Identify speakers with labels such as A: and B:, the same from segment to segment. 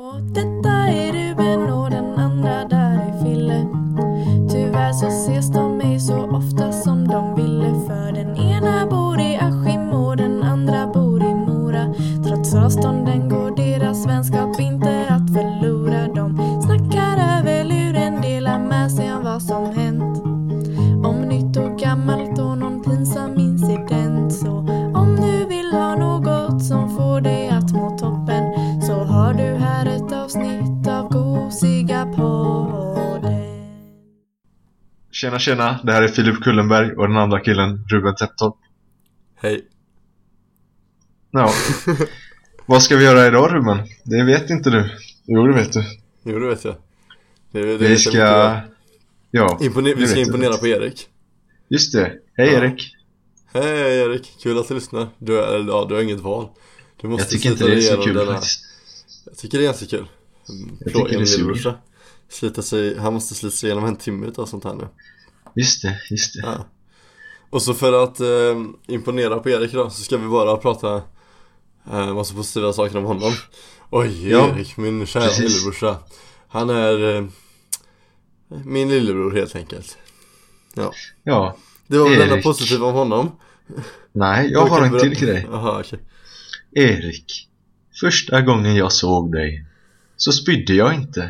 A: Detta är Ruben och den andra där är Fille. Tyvärr så ses de mig så ofta som de ville. För den ena bor i Askim och den andra bor i Mora. Trots avstånden går deras vänskap inte att förlora. De snackar över luren, delar med sig av vad som hänt. Om nytt och gammalt och någon pinsam incident. Så om du vill ha något som får dig att må toppen, så har du här ett avsnitt av Gosiga podden.
B: Tjena, det här är Filip Kullenberg och den andra killen Ruben Täpptorp.
C: Hej.
B: Ja. Vad ska vi göra idag, Ruben? Det vet inte du. Jo, det vet du.
C: Jo, det vet jag.
B: Vi ska... Ja,
C: vi ska imponera på Erik.
B: Just det. Hej, ja. Erik.
C: Hej Erik, kul att du lyssnar. Du har inget val. Du måste
B: jag tycker inte det är så kul faktiskt.
C: Jag tycker det är ganska kul.
B: Jag tycker det är så kul.
C: Han måste slita sig igenom en timme och sånt här nu.
B: Just det.
C: Ja. Och så för att imponera på Erik då, så ska vi bara prata massa positiva saker om honom. Oj, Erik, min kära lillebrorsa. Han är min lillebror helt enkelt. Ja. Det var väl enda positiva om honom.
B: Nej, jag har en till grej.
C: Aha, okay.
B: Erik, första gången jag såg dig så spydde jag inte.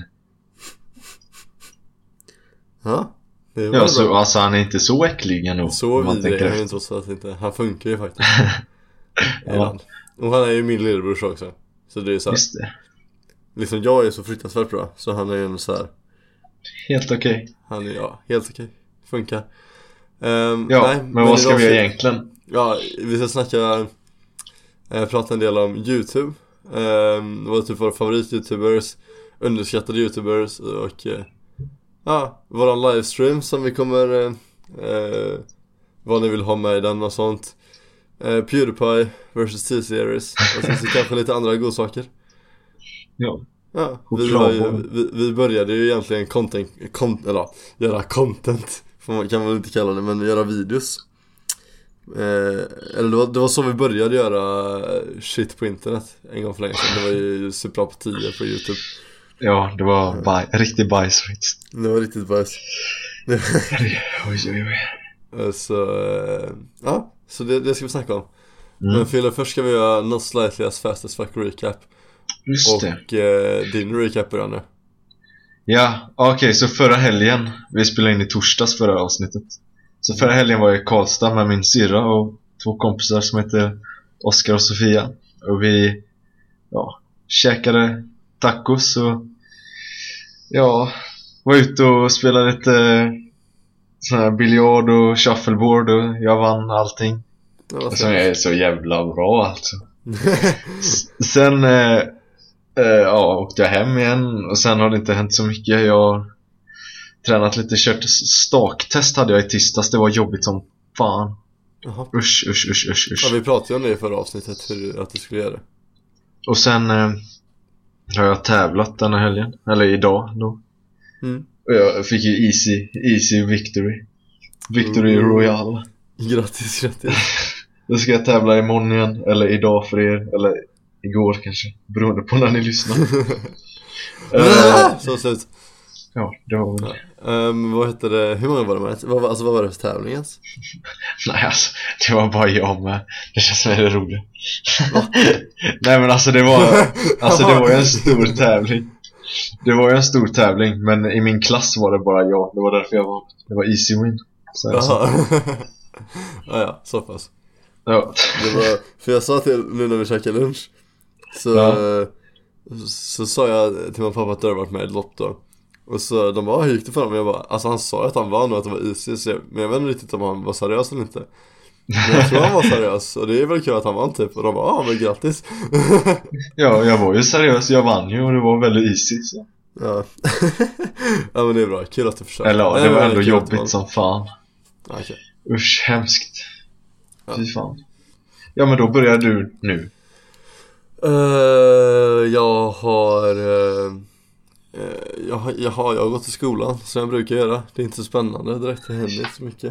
C: Ja, det var
B: ja, så, alltså han är inte så äcklig ändå.
C: Så vidrig är han inte, trots att inte. Han funkar ju faktiskt. Ja. Och han är ju min lillebror också. Så det är så här. Just det. Liksom jag är så fruktansvärt bra, så han är ju så här.
B: Helt okej.
C: Han är helt okej. Funkar.
B: Men vad ska vi göra egentligen?
C: Ja, vi ska prata en del om YouTube. Vad typ våra favorit-youtubers, underskattade youtubers och våran livestream som vi kommer vad ni vill ha med i den och sånt. PewDiePie versus T-series och så kanske lite andra godsaker.
B: Ja,
C: vi började ju egentligen göra content, kan man inte kalla det, men göra videos. Eller det var så vi började göra shit på internet en gång för länge sedan. Det var ju super på 10 på YouTube. Ja,
B: det var riktigt bajs faktiskt.
C: Det var riktigt bajs.
B: Oj.
C: Så det ska vi snacka om. Men Fille, först ska vi göra Not Slightly As Fast As Fuck recap.
B: Just det.
C: Och din recap börjar nu.
B: Ja, okej, så förra helgen, vi spelade in i torsdags förra avsnittet. Så förra helgen var jag i Karlstad med min syrra och 2 kompisar som heter Oskar och Sofia. Och vi käkade tacos och var ute och spelade lite sån här biljard och shuffleboard och jag vann allting. Som är så jävla bra alltså. Sen åkte jag hem igen och sen har det inte hänt så mycket. Jag har tränat lite, kört staktest hade jag i tisdags. Det var jobbigt som fan.
C: Jaha.
B: Usch.
C: Ja, vi pratade om det i förra avsnittet, att du skulle göra det.
B: Och sen har jag tävlat denna helgen, eller idag då. Och jag fick ju easy Victory Royale.
C: Grattis.
B: Då ska jag tävla imorgon igen, eller idag för er, eller igår kanske, beroende på när ni lyssnar.
C: Så slut.
B: Ja, det var väl
C: vad hette det? Hur många var det med? Vad var det för tävlingen?
B: Nej, alltså, det var bara jag med. Det känns som det roligt. Nej, men alltså det var ju en stor tävling. Det var ju en stor tävling, men i min klass var det bara jag. Det var därför jag vann. Det var easy win.
C: Så pass.
B: Ja.
C: Det var, för jag sa till nu när vi käkade lunch, så sa jag till min pappa att du har varit med i lopp då. Och så de bara, hur gick det för honom? Jag bara, alltså han sa att han vann och att det var easy, men jag vet inte riktigt om han var seriös eller inte. Men jag tror han var seriös, och det är väl kul att han vann typ. Och de bara, men grattis.
B: Ja, jag var ju seriös, jag vann ju och det var väldigt easy så.
C: Ja. Ja, men det är bra, kul att du försöker.
B: Eller det var ändå jobbigt som fan.
C: Okay.
B: Usch, hemskt. Fy fan. Ja, men då börjar du nu.
C: Jag har gått till skolan som jag brukar göra. Det är inte så spännande direkt, det händer inte så mycket.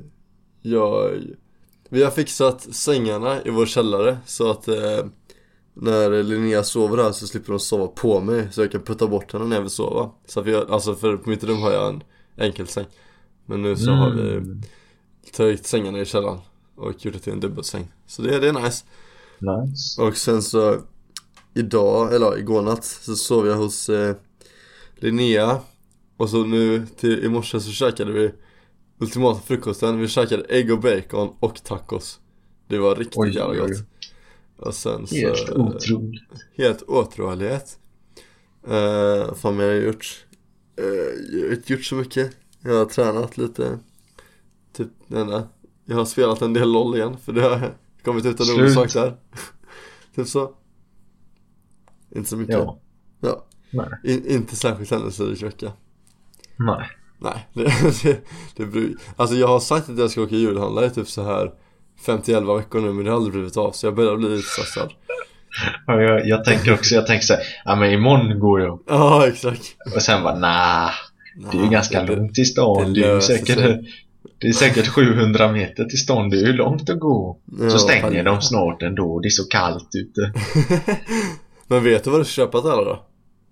C: Vi har fixat sängarna i vår källare så att när Linnea sover här så slipper hon sova på mig, så jag kan putta bort henne när jag vill sova. Så att alltså för på mitt rum har jag en enkelsäng. Men nu så har vi tagit sängarna i källaren och gjort det till en dubbelsäng. Så det är nice. Och sen så igår natt så sov jag hos Linnea. Och så nu i morse så käkade vi ultimata frukosten. Vi käkade ägg och bacon och tacos. Det var riktigt jävla gott. Och sen så
B: helt otroligt.
C: Helt otroligt. Fan, jag har gjort jag har inte gjort så mycket. Jag har tränat lite. Typ jag har spelat en del LOL igen, för det har kommit ut en rolig sak där. Typ så. Inte så mycket. Ja. Inte särskilt händelserik vecka. Nej. Det blir, alltså jag har sagt att jag ska åka julhandla i typ så här 50-11 veckor nu, men det har aldrig blivit av, så jag börjar bli lite stressad.
B: Jag tänker så här, ja men imorgon går jag.
C: Ja, exakt.
B: Och sen bara, det är ju ganska långt till stan. Det är säkert 700 meter till stan. Det är ju långt att gå. Så stänger de snart ändå. Det är så kallt ute.
C: Men vet du vad du ska köpa till alla då?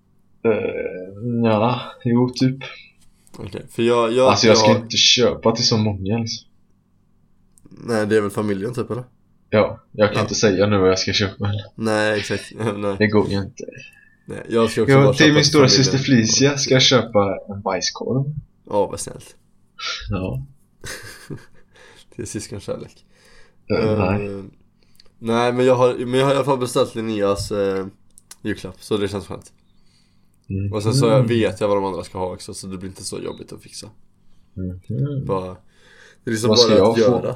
B: Typ.
C: Okej, för jag
B: ska inte köpa till så många alltså.
C: Nej, det är väl familjen typ, eller?
B: Ja, jag kan inte säga nu vad jag ska köpa.
C: Nej, exakt. Nej.
B: Det går ju inte.
C: Nej, jag ska också bara
B: till min stora syster Felicia ska jag köpa en bajskorv.
C: Ja, vad snällt.
B: Ja.
C: Det är syskonkärlek.
B: Nej,
C: men jag har i alla fall beställt Linneas julklapp, så det känns skönt. Och sen så vet jag vad de andra ska ha också, så det blir inte så jobbigt att fixa. Bara, det är liksom bara att göra.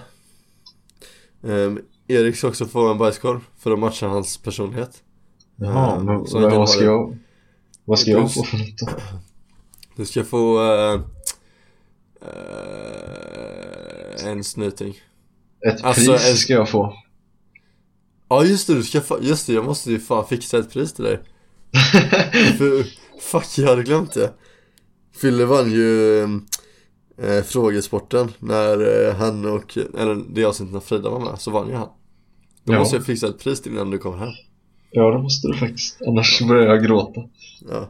C: Erik ska också få en bajskorv för att matcha hans personlighet.
B: Jaha, men vad ska jag få för något då?
C: Du ska få en snyting.
B: Pris ska jag få.
C: Ja, just det, jag måste ju fan fixa ett pris till dig. Fuck, jag hade glömt det. Fille vann ju frågesporten när han det avsnittet när Frida var med, så vann ju han. Då måste jag fixa ett pris till innan du kommer hem.
B: Ja, det måste du faktiskt. Annars börjar jag gråta.
C: Ja.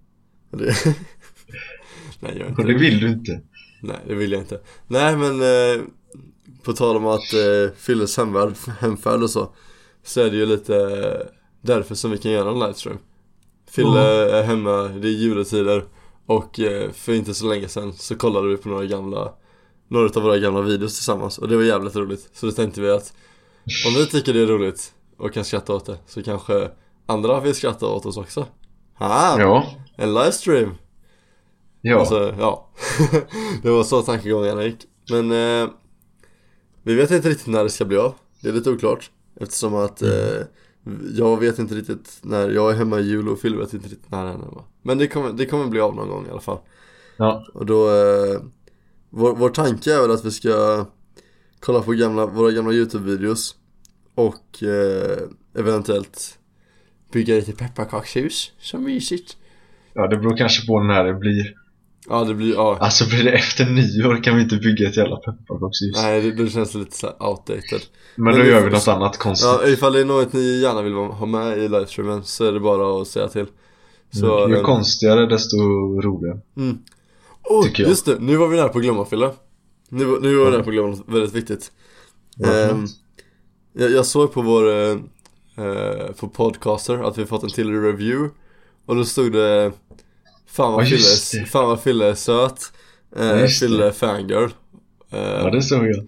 C: Nej, jag inte.
B: Och det vill du inte.
C: Nej, det vill jag inte. Nej, men på tal om att Filles hemfärd och så är det ju lite därför som vi kan göra en livestream. Fille är hemma, det är juletider. Och för inte så länge sedan så kollade vi på några av våra gamla videos tillsammans. Och det var jävligt roligt. Så då tänkte vi att om vi tycker det är roligt och kan skratta åt det, så kanske andra vill skratta åt oss också. En livestream.
B: Ja.
C: Alltså, ja. Det var så tankegångarna gick. Men vi vet inte riktigt när det ska bli av. Det är lite oklart. Eftersom att jag vet inte riktigt när jag är hemma i jul, och Phil vet inte riktigt när han är hemma. Men det kommer bli av någon gång i alla fall.
B: Ja.
C: Och då vår tanke är väl att vi ska kolla på våra gamla YouTube-videos och eventuellt bygga lite pepparkakshus. Så mysigt.
B: Ja, det beror kanske på när det blir.
C: Ja, det blir, ja.
B: Alltså blir det efter nyår kan vi inte bygga ett jävla pepparkakshus.
C: Nej, det känns lite så outdated.
B: Men då gör vi något annat konstigt.
C: Ja, ifall det är något ni gärna vill ha med i livestreamen, så är det bara att säga till. Så,
B: ju konstigare desto roligare.
C: Tycker jag. Just det, nu var vi nära på att glömma, Fille. Nu var vi nära på att glömma något väldigt viktigt. Jag såg på på Podcaster att vi fått en till review. Och då stod det fan vad Fille är söt. Fille är fangirl.
B: Ja, det såg jag.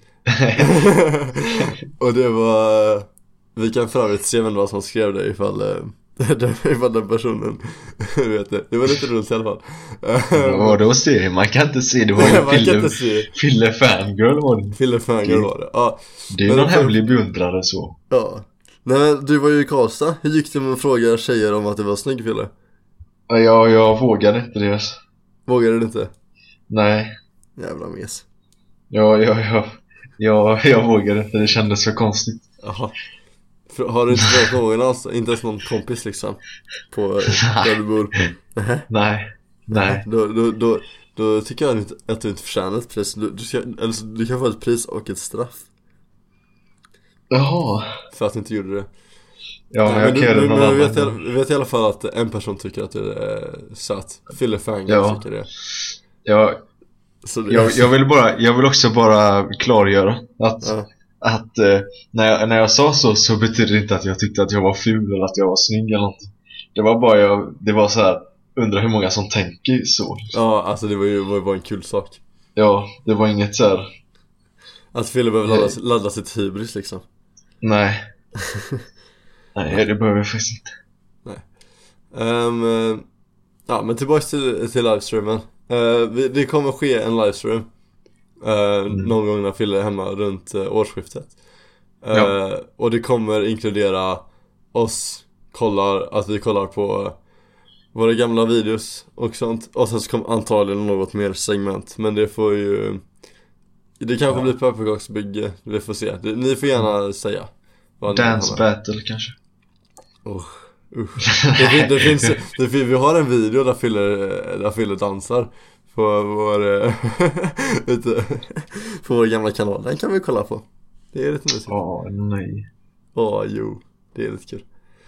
C: Och det var, vi kan för övrigt se vem det var som skrev det ifall den personen vet det. Det var lite roligt i alla fall.
B: Ja, då ser man kan inte se. Det var ju Fille fangirl var det.
C: Fille fangirl var det. Ja.
B: Det är någon hemlig beundrare så.
C: Ja. Nej, men du var ju i Karlstad. Hur gick det med att fråga tjejer om att det var snygg, Fille?
B: Ja, jag vågade inte det.
C: Vågade du inte?
B: Nej.
C: Jävla mes.
B: Jag vågade inte, det kändes så konstigt.
C: Jaha. Har du inte varit någon alls? Inte ens någon kompis liksom? På där du bor?
B: Nej.
C: Då tycker jag att du inte förtjänar ett pris. Du kan få ett pris och ett straff.
B: Jaha.
C: För att du inte gjorde det.
B: Ja, men jag kan göra någon annan.
C: Vi vet i alla fall att en person tycker att du är söt. Fillefang tycker det.
B: Ja. Jag vill också bara klargöra att när jag sa så betyder det inte att jag tyckte att jag var ful eller att jag var snygg eller något. Det var bara det var så här, undrar hur många som tänker så.
C: Ja, alltså det var bara en kul sak.
B: Ja, det var inget så här.
C: Att Fille behöver ladda sitt hybris liksom.
B: Nej. Nej, det behöver jag faktiskt inte.
C: Nej. Ja, men tillbaka till livestreamen. Det kommer ske en livestream någon gång när Fille är hemma runt årsskiftet. Och det kommer inkludera att vi kollar på våra gamla videos och sånt. Och sen så kommer antagligen något mer segment. Men det får ju... Det kanske blir pepparkaksbygge. Vi får se. Ni får gärna säga.
B: Dance battle kanske.
C: Det finns, vi har en video där Fille dansar på vår gamla kanal. Den kan vi kolla på. Det är lite mysigt.
B: Nej.
C: Jo, det är lite kul.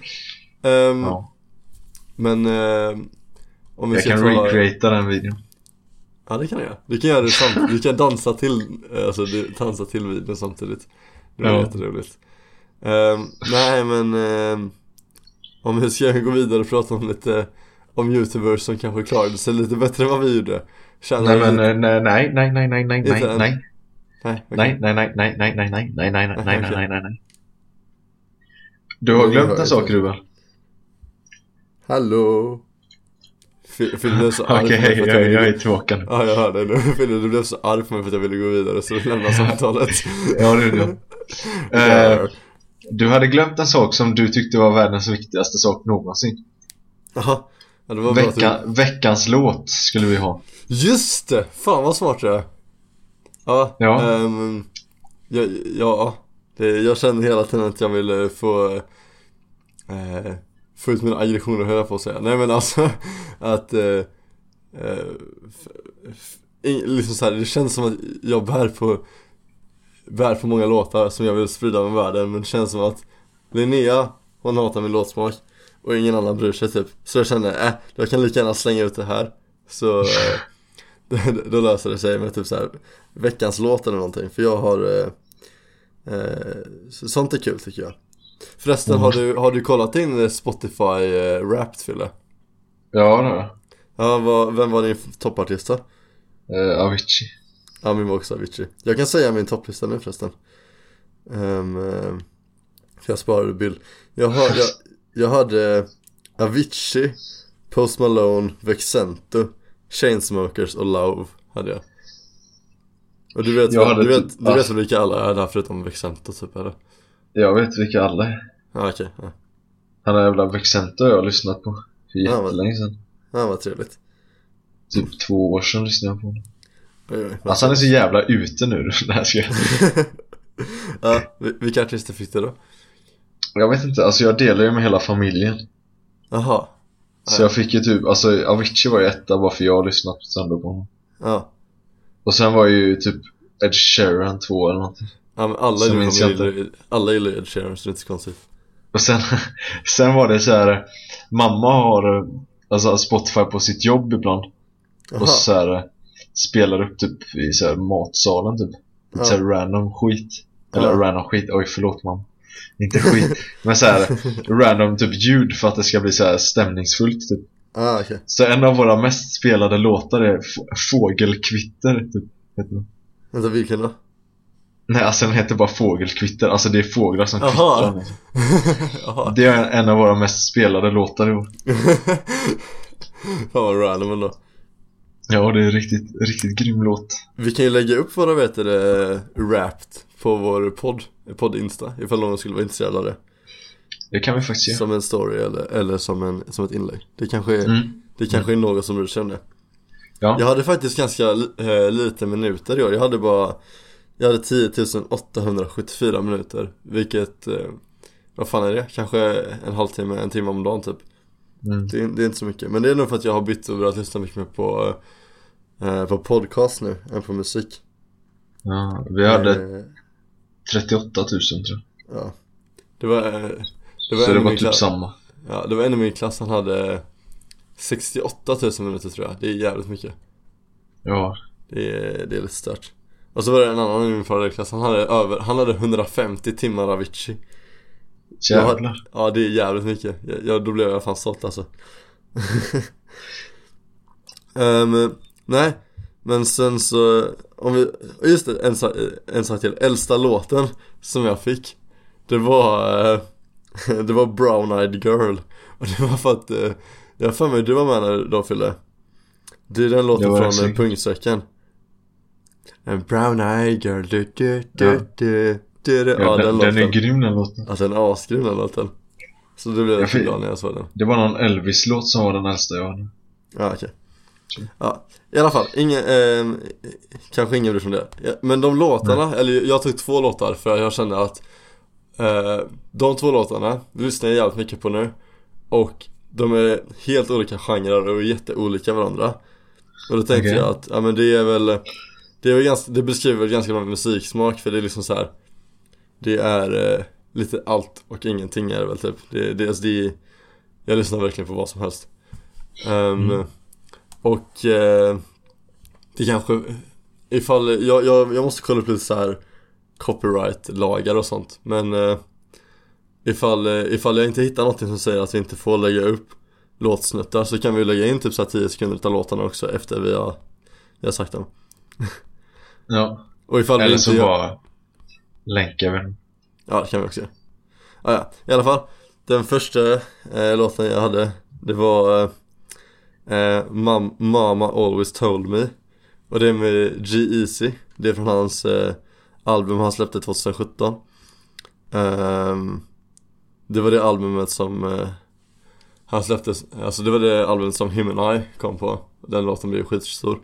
C: Men om vi
B: jag kan recreata den videon.
C: Ja, det kan jag. Du kan göra det samtidigt. Du kan dansa till videon samtidigt. Det är jätteroligt. Nej, men om vi ska gå vidare och prata om YouTubers som kanske klarade sig lite bättre än vad vi gjorde.
B: Nej. Du har glömt en sak, Ruben.
C: Hallå. Fille blev så arg.
B: Okej, jag är tillbaka nu.
C: Ja, jag hörde nu. Fille, du blev så arg på mig för att jag ville gå vidare, så du lämnar samtalet.
B: Ja, det gjorde jag. Du hade glömt en sak som du tyckte var världens viktigaste sak någonsin.
C: Jaha. Ja, det var
B: veckans låt skulle vi ha.
C: Just det! Fan vad smart det är. Jag känner hela tiden att jag vill få ut mina aggressioner, höra på att säga. Nej, men alltså att liksom så här, det känns som att jag bär på många låtar som jag vill sprida med världen, men det känns som att Linnea, hon hatar min låtsmak och ingen annan bryr sig typ. Så jag känner, jag kan lika gärna slänga ut det här. Så då löser det sig med typ så här veckans låt eller någonting. För jag har sånt är kul tycker jag. Förresten, har du kollat in Spotify Wrapped, Fille?
B: Ja, det.
C: Ja, vem var din toppartist då?
B: Avicii.
C: Ja, min var också Avicii. Jag kan säga min topplista nu förresten. För jag sparade bild. Jag hade Avicii, Post Malone, Vexento, Chainsmokers och Love hade jag. Och du vet vilka alla är där förutom Vexento typ, eller?
B: Jag vet vilka alla är.
C: Okej.
B: Han har jävla Vexento jag har lyssnat på för jättelänge sedan.
C: Ja, vad trevligt.
B: Typ 2 år sedan lyssnade jag på honom. Alltså han är så jävla ute nu.
C: Ja, vilka artister fick du då?
B: Jag vet inte, alltså jag delar ju med hela familjen.
C: Jaha.
B: Så jag fick ju typ, alltså Avicii var ju etta bara för jag har lyssnat sönder på honom.
C: Ja.
B: Och sen var ju typ Ed Sheeran 2 eller någonting.
C: Ja, men alla gillar Ed Sheeran, så det är inte så konstigt.
B: Och sen var det så här, mamma har alltså Spotify på sitt jobb ibland. Aha. Och så här spelar upp typ i så här matsalen typ. Ja. Så här random skit. Eller random skit, oj förlåt mamma. Inte skit, men så här random typ ljud för att det ska bli så här stämningsfullt typ.
C: Okay.
B: Så en av våra mest spelade låtar är Fågelkvitter typ, heter den.
C: Vänta, vilken då?
B: Nej, alltså den heter bara Fågelkvitter. Alltså det är fåglar som kvittrar. Det är en av våra mest spelade låtar i år.
C: Fan vad random ändå.
B: Ja, det är riktigt grym låt.
C: Vi kan ju lägga upp våra Wrapped på vår podd Insta, ifall någon skulle vara intresserad av det.
B: Det kan vi faktiskt göra.
C: Som en story eller som ett inlägg. Det kanske är något som du känner. Ja. Jag hade faktiskt ganska lite minuter i år. Jag hade 10 874 minuter. Vilket, vad fan är det? Kanske en timme om dagen typ. Det är inte så mycket. Men det är nog för att jag har bytt och börjat lyssna mycket mer på podcast nu än på musik.
B: Ja, vi hade 38 000 tror jag.
C: Ja. Det var
B: Så det var typ samma.
C: Ja, det var en i min klass, han hade 68 000 minuter tror jag. Det är jävligt mycket.
B: Ja.
C: Det är lite stört. Och så var det en annan i min parallellklass, han hade 150 timmar Avicii.
B: Jävlar.
C: Ja, det är jävligt mycket. Då blev jag fan stolt alltså. Nej, men sen så just det, en sak till. Äldsta låten som jag fick, det var Brown Eyed Girl. Och det var för att jag för mig du var med när de fyllde. Det är den låten från Pungsäcken. En Brown Eyed Girl.
B: Ja, den är grym den låten.
C: Alltså den är asgrym den låten. Så det blev jag glad när jag såg den.
B: Det var någon Elvis-låt som var den äldsta jag hade.
C: Ja, okej. Ja, i alla fall, kanske ingen bryr sig om det. Ja, men de låtarna, eller jag tog 2 låtar för jag kände att de 2 låtarna lyssnar jag jävligt mycket på nu. Och de är helt olika genrer och jätteolika varandra. Och då tänkte jag att ja, men det är väl det beskriver väl ganska bra musiksmak. För det är liksom så här. Det är lite allt och ingenting är det väl typ. Jag lyssnar verkligen på vad som helst. Och det kanske ifall jag måste kolla upp lite så här copyright-lagar och sånt. Men ifall jag inte hittar något som säger att vi inte får lägga upp låtsnuttar, så kan vi lägga in typ så här 10 sekunder av låtarna också efter vi har sagt dem.
B: Ja.
C: Och ifall
B: eller
C: vi
B: så
C: inte
B: bara länkar vi.
C: Ja, det kan vi också göra. Ja, i alla fall. Den första låten jag hade, det var Mama Always Told Me. Och det är med G-Eazy. Det är från hans album han släppte 2017. Det var det albumet som han släppte. Alltså det var det albumet som Him and I kom på. Den låten blev skitstor.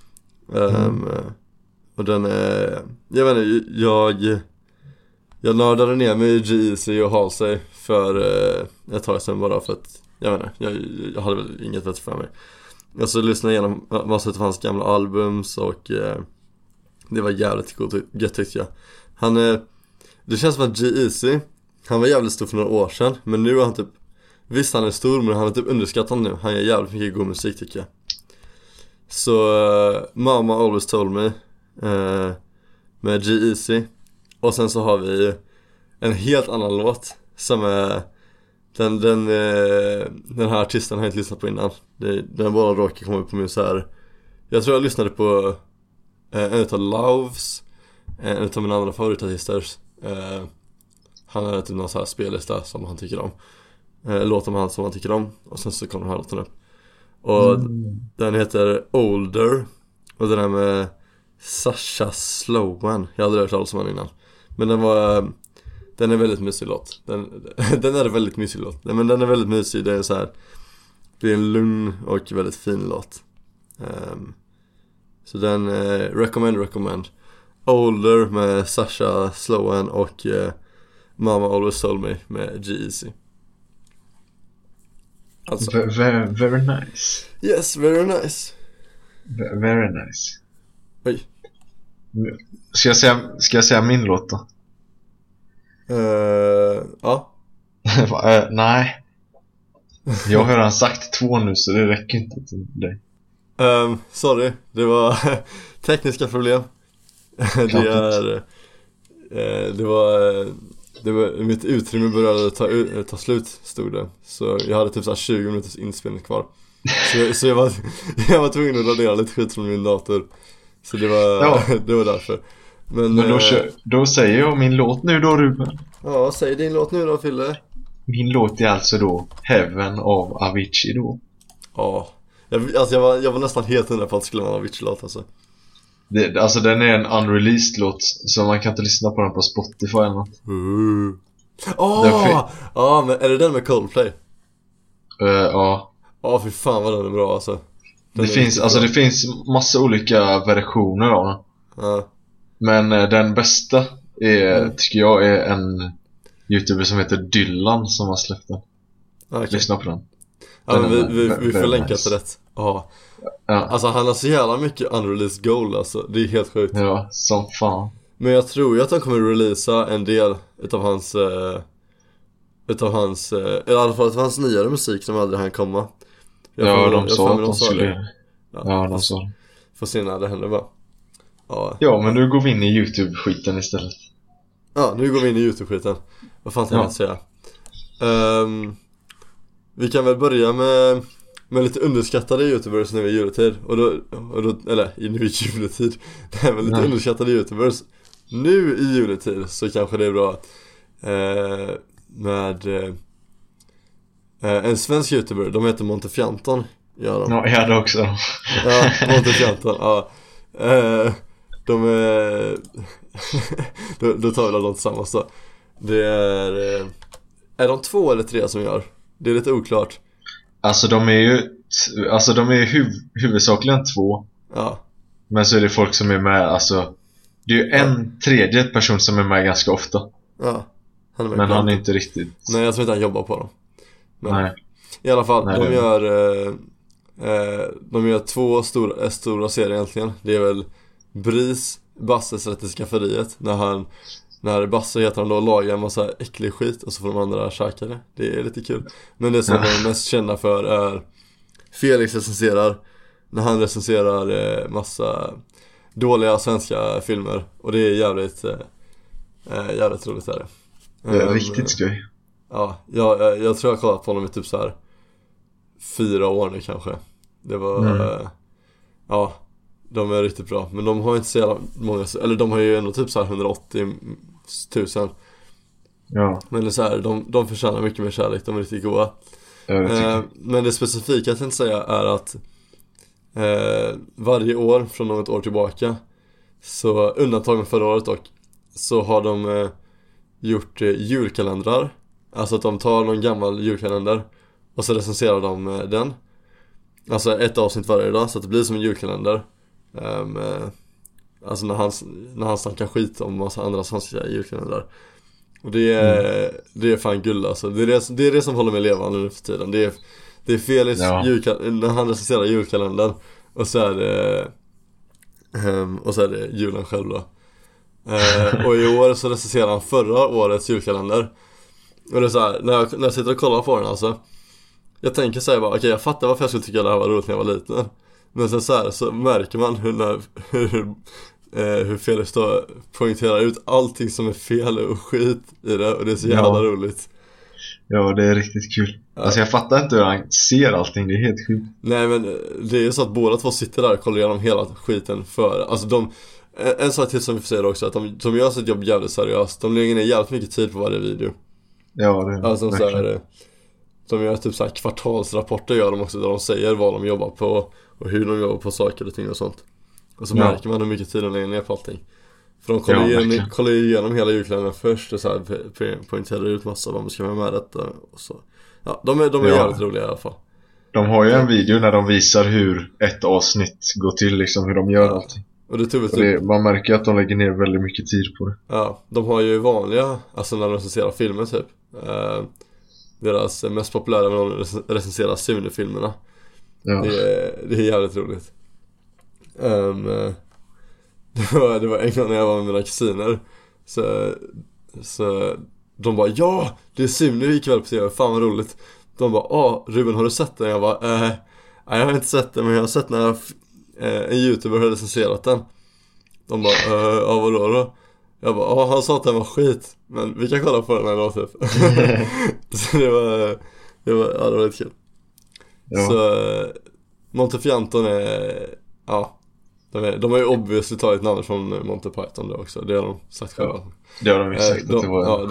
C: Och den är, jag vet inte, jag nördade ner mig i G-Eazy och Halsey för ett tag sedan, bara för att jag vet inte, jag hade väl inget bättre för mig. Jag så lyssnade igenom massor av hans gamla albums och det var jävligt gött tyckte jag. Det känns som att G-Eazy, han var jävligt stor för några år sedan, men nu är han typ, visst han är stor, men han är typ underskattad nu. Han gör jävligt mycket god musik tycker jag. Så Mama Always Told Me med G-Eazy. Och sen så har vi en helt annan låt som är den här artisten har jag inte lyssnat på innan. Den bara råkar komma upp på min så här. Jag tror jag lyssnade på en utav Loves, en utav mina andra favoritartister. Han har typ någon så här spellista som han tycker om. Låtar med han som han tycker om. Och sen så kommer den här låten upp. Och den heter Older. Och den är med Sasha Sloan. Jag hade hört talas om den innan. Men den är väldigt mysig låt. Den är väldigt mysig låt. Men den är väldigt mysig. Det är så här. Det är en lugn och väldigt fin låt. Så den recommend. Older med Sasha Sloan och Mama Always Told Me med G-Eazy.
B: Alltså. Very nice.
C: Yes, very nice.
B: Very nice.
C: Oj.
B: Ska jag säga min låt då?
C: Ja.
B: Nej. Jag har redan sagt 2 nu, så det räcker inte till dig.
C: Sorry, det var tekniska problem. Det var mitt utrymme började ta slut, stod det. Så jag hade typ så här 20 minuters inspelning kvar. Så jag var tvungen att radera lite skit från min dator. Så det var därför. Men
B: då säger jag min låt nu då, Ruben.
C: Ja, säg din låt nu då, Fille.
B: Min låt är alltså då Heaven av Avicii då.
C: Ja. Jag var nästan helt hundra på att det skulle vara en Avicii-låt alltså.
B: Alltså den är en unreleased låt, så man kan inte lyssna på den på Spotify eller något.
C: Men är det den med Coldplay?
B: Ja.
C: Ja, för fan vad den är bra alltså.
B: Det finns massa olika versioner av den.
C: Ja.
B: Men den bästa tycker jag är en YouTuber som heter Dylan som har släppt den.
C: Okay.
B: Lyssna på den.
C: Ja, men vi får länka till det. Ja. Alltså han har så jävla mycket unreleased gold alltså. Det är helt sjukt.
B: Ja, som fan.
C: Men jag tror ju att han kommer releasa en del utav hans utav hans, eller i alla fall utav hans nyare musik som aldrig hann komma.
B: De sa att de skulle. Ja, de sa.
C: Får se när det händer bara.
B: Ja, men nu går vi in i YouTube-skiten istället.
C: Ja, nu går vi in i YouTube-skiten. Vad fan ska jag säga? Vi kan väl börja med lite underskattade YouTubers nu i juletid. Och då eller nu i juletid. Nej, men lite underskattade YouTubers. Nu i juletid så kanske det är bra med en svensk YouTuber. De heter Montefianton.
B: Ja, jag hade också.
C: Ja, Montefianton. Ja. De är då tar vi dem tillsammans då. Det är de 2 eller 3 som gör? Det är lite oklart.
B: Alltså de är huvudsakligen 2.
C: Ja.
B: Men så är det folk som är med, alltså det är ju en tredje person som är med ganska ofta.
C: Ja.
B: Men han är inte riktigt.
C: Nej, jag tror inte han jobbar på dem. Men
B: nej.
C: I alla fall, de gör 2 stora serier egentligen. Det är väl Bris, Basses rätt i skafferiet. När Basse heter han då lagar en massa äcklig skit och så får de andra käka det. Det är lite kul. Men det som de är mest kända för är Felix recenserar. När han recenserar massa dåliga svenska filmer. Och det är jävligt roligt är det.
B: Det är riktigt skoj.
C: Ja, jag tror jag har kollat på honom i typ så här 4 år nu kanske. Det var ja, de är riktigt bra. Men de har inte så jävla många, eller de har ju ändå typ så här 180 000.
B: Ja.
C: Men det är så här, de förtjänar mycket mer kärlek. De är riktigt goda. Men det specifika jag tänkte säga är att varje år från något år tillbaka, så undantag med förra året dock, så har de gjort julkalendrar. Alltså att de tar någon gammal julkalender och så recenserar de den. Alltså ett avsnitt varje dag, så att det blir som en julkalender. Alltså när han snackar skit om massa andra svenska julkalendrar. Och det är fan gull alltså. Det är det som håller mig levande nu för tiden. Det är Felix när han recenserar julkalendern. Och så är det julen själv då. Och i år så recenserar han förra årets julkalender. Och det är så här, när jag sitter och kollar på den alltså, jag tänker så här bara, okej, jag fattar varför jag skulle tycka det här var roligt när jag var liten. Men sen så märker man hur Felix då poängterar ut allting som är fel och skit i det. Och det är så jävla roligt.
B: Ja, det är riktigt kul. Alltså jag fattar inte hur han ser allting, det är helt sjukt.
C: Nej, men det är ju så att båda 2 sitter där och kollar igenom hela skiten för. Alltså en sak till som vi får säga också, att de gör sitt jobb jävligt seriöst. De lägger ner jävligt mycket tid på varje video.
B: Ja, det är
C: alltså så här, de gör typ så här kvartalsrapporter gör de också, där de säger vad de jobbar på och hur de jobbar på saker och ting och sånt. Och så märker man hur mycket tid de lägger ner på allting. För de kollar igenom hela julkalendern först och så här poängterar ut massa vad man ska med detta och så. Ja, de är jävligt roliga i alla fall.
B: De har ju en video när de visar hur ett avsnitt går till, liksom hur de gör allting.
C: Och
B: man märker att de lägger ner väldigt mycket tid på det.
C: Ja, de har ju vanliga, alltså när de recenserar filmer typ. Deras mest populära när de recenserar Sune-filmerna. Ja. Det är jävligt roligt. Det var en gång när jag var med mina kusiner, så de bara, ja, det är Sune ikväll på TV, fan vad roligt. De bara, Ruben, har du sett den? Jag bara, nej, jag har inte sett den, men jag har sett när en YouTuber har recenserat den. De bara, vadå då? Jag bara, han sa att den var skit, men vi kan kolla på den här då typ. Så det var lite kul. Ja. Så Montefianton är, de har ju obviously tagit namnet från Monty Python då också. Det har de sagt själva.
B: Det har de ju sagt att det var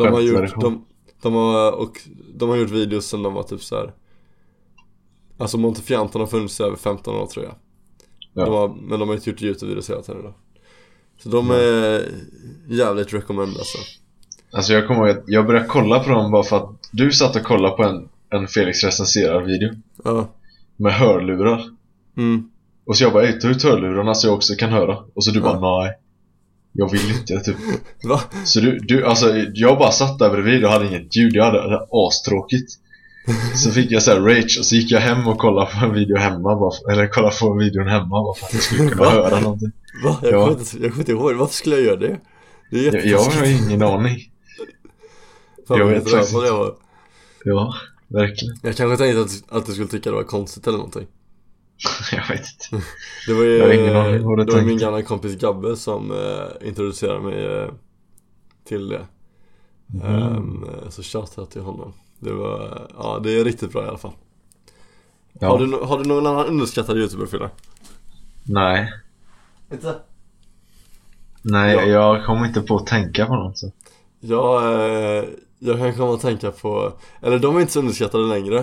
C: de har gjort videos som de var typ så här. Alltså Montefianton har funnits i över 15 år tror jag. Ja. Men de har inte gjort YouTube-videos hela tiden då. Så de är jävligt recommend alltså.
B: Alltså jag kommer ihåg att jag började kolla på dem bara för att du satt och kollade på en Felix recenserar video.
C: Ja.
B: Med hörlurar. Och så jag bara, ta ut hörlurarna så jag också kan höra. Och så du bara, nej, jag vill inte typ.
C: Va?
B: Så du alltså, jag bara satt där bredvid och hade inget ljud. Jag hade astråkigt. Så fick jag så här rage och så gick jag hem och kollade på en video hemma eller kollade på videon hemma bara för att jag skulle kunna höra någonting.
C: Va? Jag kommer inte ihåg, varför skulle jag göra det?
B: Jag har ingen aning.
C: Jag vet inte vad det var.
B: Ja, verkligen.
C: Jag kanske tänkte att du skulle tycka det var konstigt eller någonting.
B: Jag vet inte.
C: Det var ju
B: jag har ingen aning vad du
C: det var
B: tänkte.
C: min gamla kompis Gabbe som introducerade mig till det. Så shoutout till honom. Det var, ja, det är riktigt bra i alla fall.
B: Ja.
C: Har du någon annan underskattad YouTuber-film?
B: Nej.
C: Inte?
B: Nej,
C: Ja.
B: jag kommer inte på att tänka på något så.
C: Jag kan komma att tänka på, eller de är inte så underskattade längre.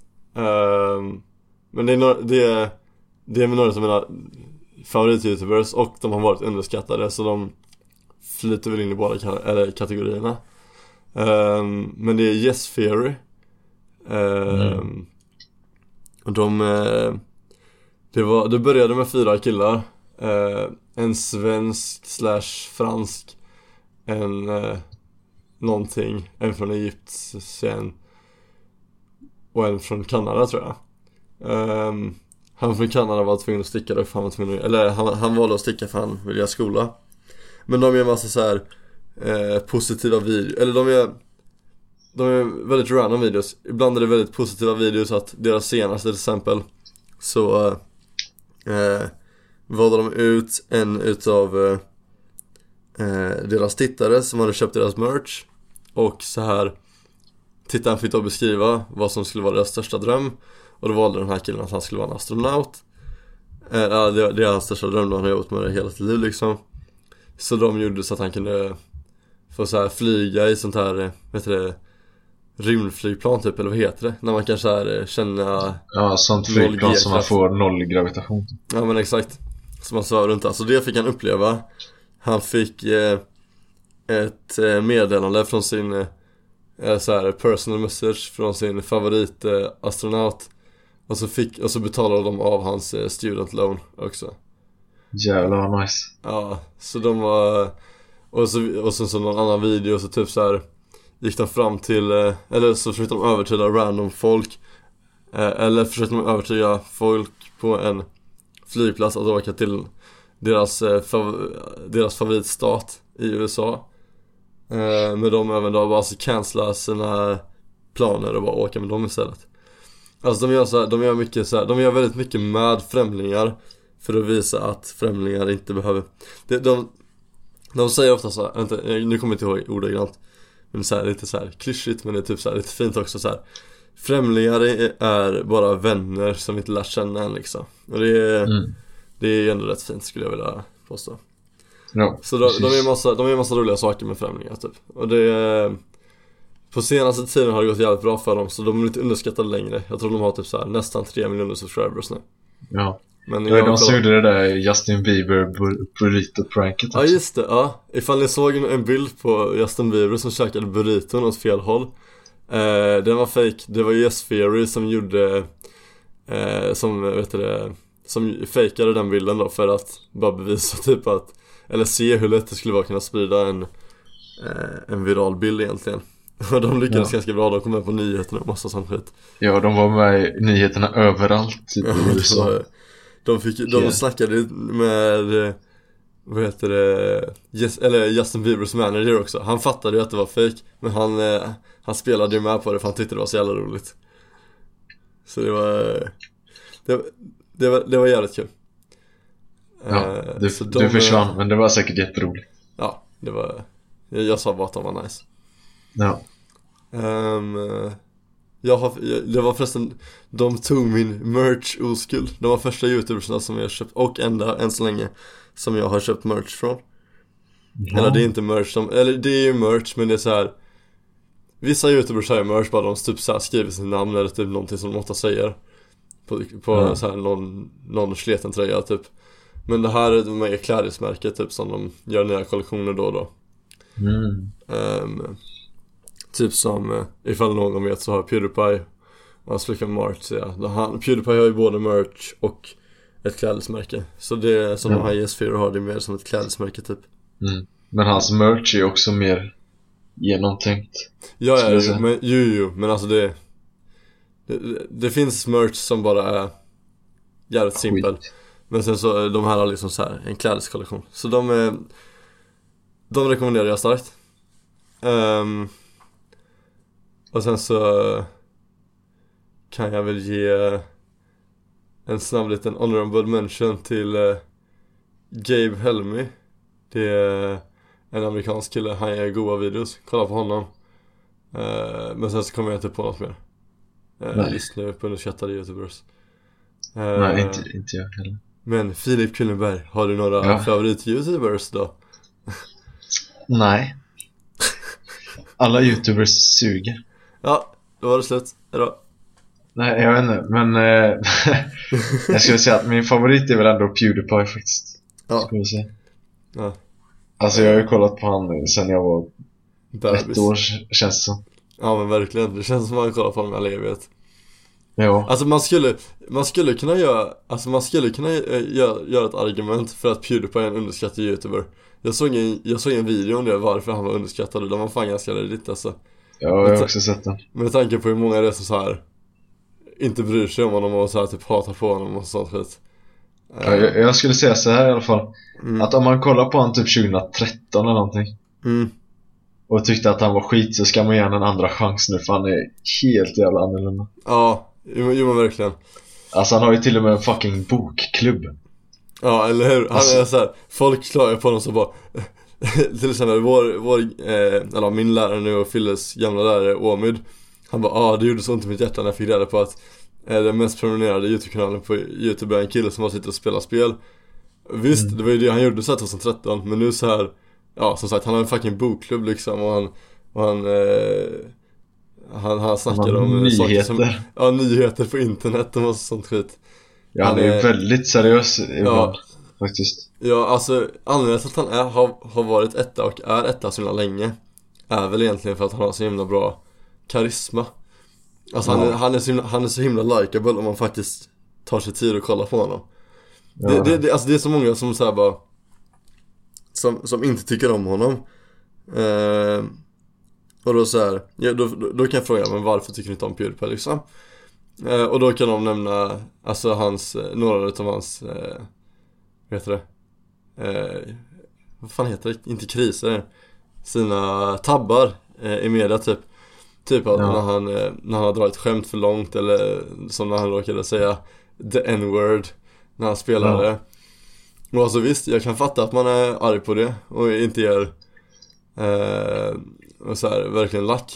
C: Men det är några av mina favorit-youtubers och de har varit underskattade, så de flyter väl in i båda kategorierna. Men det är Yes Theory. Och det började med 4 killar. En svensk / fransk, en någonting, en från Egypten och en från Kanada tror jag. Han från Kanada var tvungen att sticka upp, han valde att sticka för han ville göra skola. Men de gör massa så här positiva videos, eller de är väldigt random videos. Ibland är det väldigt positiva videos, att deras senaste till exempel så valde de ut en utav deras tittare som hade köpt deras merch, och så här tittaren fick då beskriva vad som skulle vara deras största dröm, och då valde den här killen att han skulle vara en astronaut. Det är hans största dröm då, han har jobbat med det hela sitt liv liksom. Så de gjorde så att han kunde få så här flyga i sånt här, vet du det, rymdflygplan typ, eller vad heter det? När man kan så här känna...
B: Ja, sånt flygplan som man får 0 gravitation.
C: Ja, men exakt. Så man svävar runt. Alltså det fick han uppleva. Han fick ett meddelande från sin så här personal message från sin favorit astronaut. Och så betalade de av hans student loan också.
B: Jävlar vad nice.
C: Ja, så de var... Och så någon annan video, så typ så här gick de fram till, eller så försökte de övertyga random folk, eller försökte de övertyga folk på en flygplats att åka till deras favoritstat i USA. Men de även då bara cancella sina planer och bara åka med dem istället. Alltså de gör väldigt mycket med främlingar för att visa att främlingar inte behöver. De säger ofta så här, nu kommer jag inte ihåg ordagrant, men så här, lite så här klyschigt, men det är typ så här, lite fint också så här. Främlingar är bara vänner som inte lär känna än liksom. Och det är ändå rätt fint, skulle jag vilja påstå.
B: Ja,
C: så de gör massa roliga saker med främlingar typ. Och det på senaste tiden har det gått jävligt bra för dem, så de är inte underskattade längre. Jag tror de har typ så här nästan 3 miljoner subscribers nu.
B: Ja.
C: Men
B: de som gjorde det där Justin Bieber burrito-pranket.
C: Ja, just det, ja. Ifall ni såg en bild på Justin Bieber som käkade burriton åt fel håll, den var fake. Det var Yes Theory som gjorde som fejkade den bilden då, för att bara bevisa typ att, eller se hur lätt det skulle vara att kunna sprida en viral bild egentligen. Och de lyckades ganska bra, de kom med på nyheterna och massa sånt skit.
B: Ja, de var med i nyheterna överallt typ, i USA.
C: De snackade med vad heter det, Justin Biebers manager också. Han fattade ju att det var fake, men han spelade ju med på det för han tyckte det var så jävla roligt. Så det var jävligt kul.
B: Ja, du försvann, men det var säkert jätteroligt.
C: Ja, jag sa bara att de var nice.
B: Ja.
C: Det var förresten, de tog min merch oskuld. De var första youtubersna som jag köpt, och än så länge som jag har köpt merch från. Ja. Eller det är inte merch eller det är ju merch, men det är så här. Vissa youtubers har ju merch, bara de typ så här skriver sin namn eller typ någonting som de ofta säger på så här någon sleten tröja typ. Men det här är de eget klädesmärke typ, som de gör nya kollektioner då och då. Typ som, ifall någon vet, så har PewDiePie och hans flicka March, PewDiePie har ju både merch och ett klädesmärke. Så det som de här Yes Theory har, det är mer som ett klädesmärke typ.
B: Men hans merch är också mer genomtänkt.
C: Men alltså det finns merch som bara är jävligt simpel. Men sen så, de här har liksom så här en klädeskollektion. Så de rekommenderar jag starkt. Och sen så kan jag väl ge en snabb liten honorable mention till Gabe Helmy. Det är en amerikansk kille, han gör goda videos. Kolla på honom. Men sen så kommer jag inte på något mer. Just nu på underskattade YouTubers.
B: Nej, inte jag heller.
C: Men Filip Kullenberg, har du några favorit-YouTubers då?
B: Nej. Alla YouTubers suger.
C: Ja, då var det slut. Hejdå.
B: Nej, jag vet inte. Men jag skulle säga att min favorit är väl ändå PewDiePie faktiskt.
C: Ja.
B: Skulle jag säga.
C: Ja.
B: Alltså jag har ju kollat på han sen jag var
C: Bebis.
B: 1 år, känns det som.
C: Ja men verkligen, det känns som att man kollar på honom alla evighet.
B: Ja.
C: Alltså man skulle kunna göra ett argument för att PewDiePie är en underskattad YouTuber. Jag såg en video om det, varför han var underskattad, och den var fan ganska redigt alltså.
B: Ja, jag har också sett den.
C: Med tanke på hur många det är som så här inte bryr sig om honom och så här typ hatar på honom och sånt skit.
B: Ja, jag skulle säga så här i alla fall. Att om man kollar på han typ 2013 eller någonting och tyckte att han var skit, så ska man ge en andra chans nu, för han är helt jävla annorlunda.
C: Ja, jo men verkligen.
B: Alltså han har ju till och med en fucking bokklubb.
C: Ja, eller hur? Han är så här, folk klagar på honom så bara till exempel min lärare nu och Filles gamla lärare Omid. Han bara, det gjorde så ont i mitt hjärta när jag fick reda på att den mest prenumererade YouTube-kanalen på YouTube är en kille som har suttit och spelat spel. Visst, det var ju det han gjorde så här 2013. Men nu så här, ja som sagt, han har en fucking bokklubb liksom. Och han snackar om
B: nyheter.
C: saker som, nyheter på internet och sånt skit.
B: Ja, han är väldigt seriös ibland, faktiskt. Ja,
C: alltså anledningen till att han har varit etta och är etta så länge är väl egentligen för att han har så himla bra karisma. Alltså han är så himla likeable om man faktiskt tar sig tid att kolla på honom. Alltså det är så många som så här bara som inte tycker om honom. Och då så här, då kan jag fråga, men varför tycker ni inte om PewDiePie liksom? Och då kan de nämna alltså några av hans vad heter det? Vad fan heter det? Inte kriser. Sina tabbar i media typ att när han har dragit skämt för långt, eller som när han råkade säga the n-word när han spelade. Och alltså visst, jag kan fatta att man är arg på det och inte gör och så här, verkligen lack.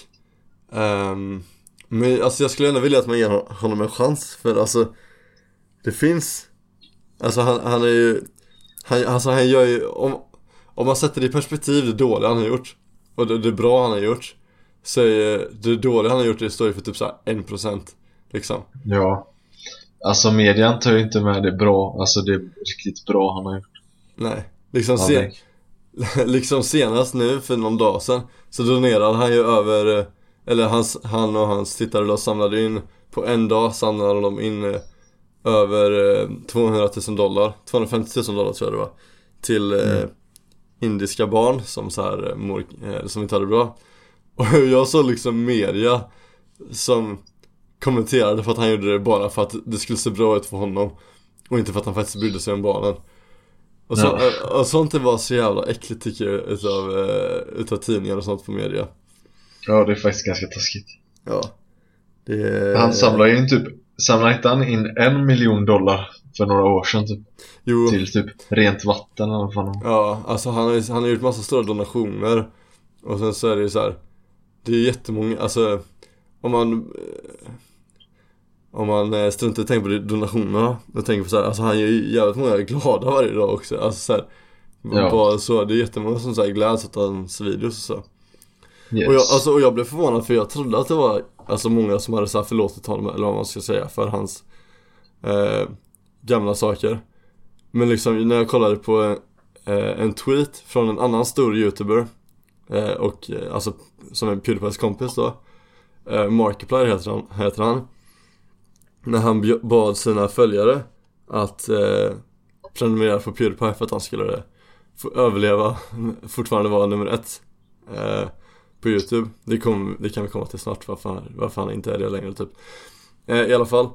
C: Men alltså jag skulle ändå vilja att man ger honom en chans, för alltså det finns, alltså han är ju han gör ju, om man sätter det i perspektiv, det dåliga han har gjort och det bra han har gjort, så är det dåliga han har gjort, det står ju för typ så här 1% liksom. Ja.
B: Alltså median tar ju inte med det bra, alltså det är riktigt bra han har gjort.
C: Nej, liksom senast nu för någon dag sedan så donerade han ju över, eller han och hans tittare då samlade in på en dag, samlade de in över $200,000, $250,000 tror jag det var, till indiska barn som så här som inte hade det bra. Och jag såg liksom media som kommenterade för att han gjorde det bara för att det skulle se bra ut för honom och inte för att han faktiskt brydde sig om barnen. Och sånt det var så jävla äckligt tycker jag utav tidningar och sånt på media.
B: Ja, det är faktiskt ganska taskigt.
C: Ja.
B: Han samlar ju inte han in $1 million för några år sedan typ.
C: Jo.
B: Till typ rent vatten eller vad fan.
C: Ja, alltså han har gjort massa stora donationer. Och sen så är det ju så här, det är jättemånga, alltså om man struntar i att tänka på donationerna och tänker på så här, alltså han gör ju jävligt många glada varje dag också. Alltså så här, bara så, det är jättemånga som så här gläds åt hans videos och så. Yes. Och jag blev förvånad, för jag trodde att det var alltså många som hade så här förlåtit honom, eller vad man ska säga, för hans gamla saker. Men liksom när jag kollade på en tweet från en annan stor YouTuber och alltså som en PewDiePies kompis då, Markiplier heter han. När han bad sina följare att prenumerera på PewDiePie för att han skulle få överleva, fortfarande vara nummer 1 på YouTube. Det kan vi komma till snart, varför han inte är det längre typ. I alla fall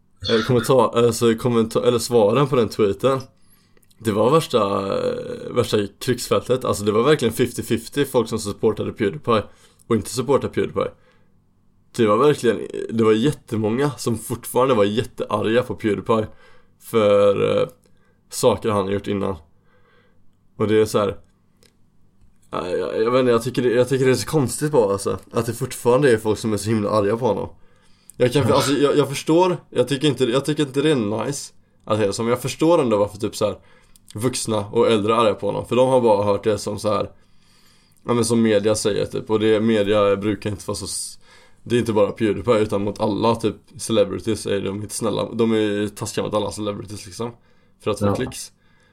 C: eller svaren på den tweeten, det var värsta krigsfältet. Alltså det var verkligen 50-50 folk som supportade PewDiePie och inte supportade PewDiePie. det var verkligen, det var jättemånga som fortfarande var jättearga på PewDiePie för saker han har gjort innan. Och det är så här, jag vet inte, jag tycker det är så konstigt bara alltså, att det fortfarande är folk som är så himla arga på honom. Jag förstår, jag tycker inte det är nice att det är som, jag förstår ändå varför typ så här vuxna och äldre är arga på honom, för de har bara hört det som så här, ja men som media säger typ, och det media brukar inte vara så, det är inte bara PewDiePie utan mot alla typ celebrities är de inte snälla, de är taskiga mot alla celebrities liksom för att få klicks.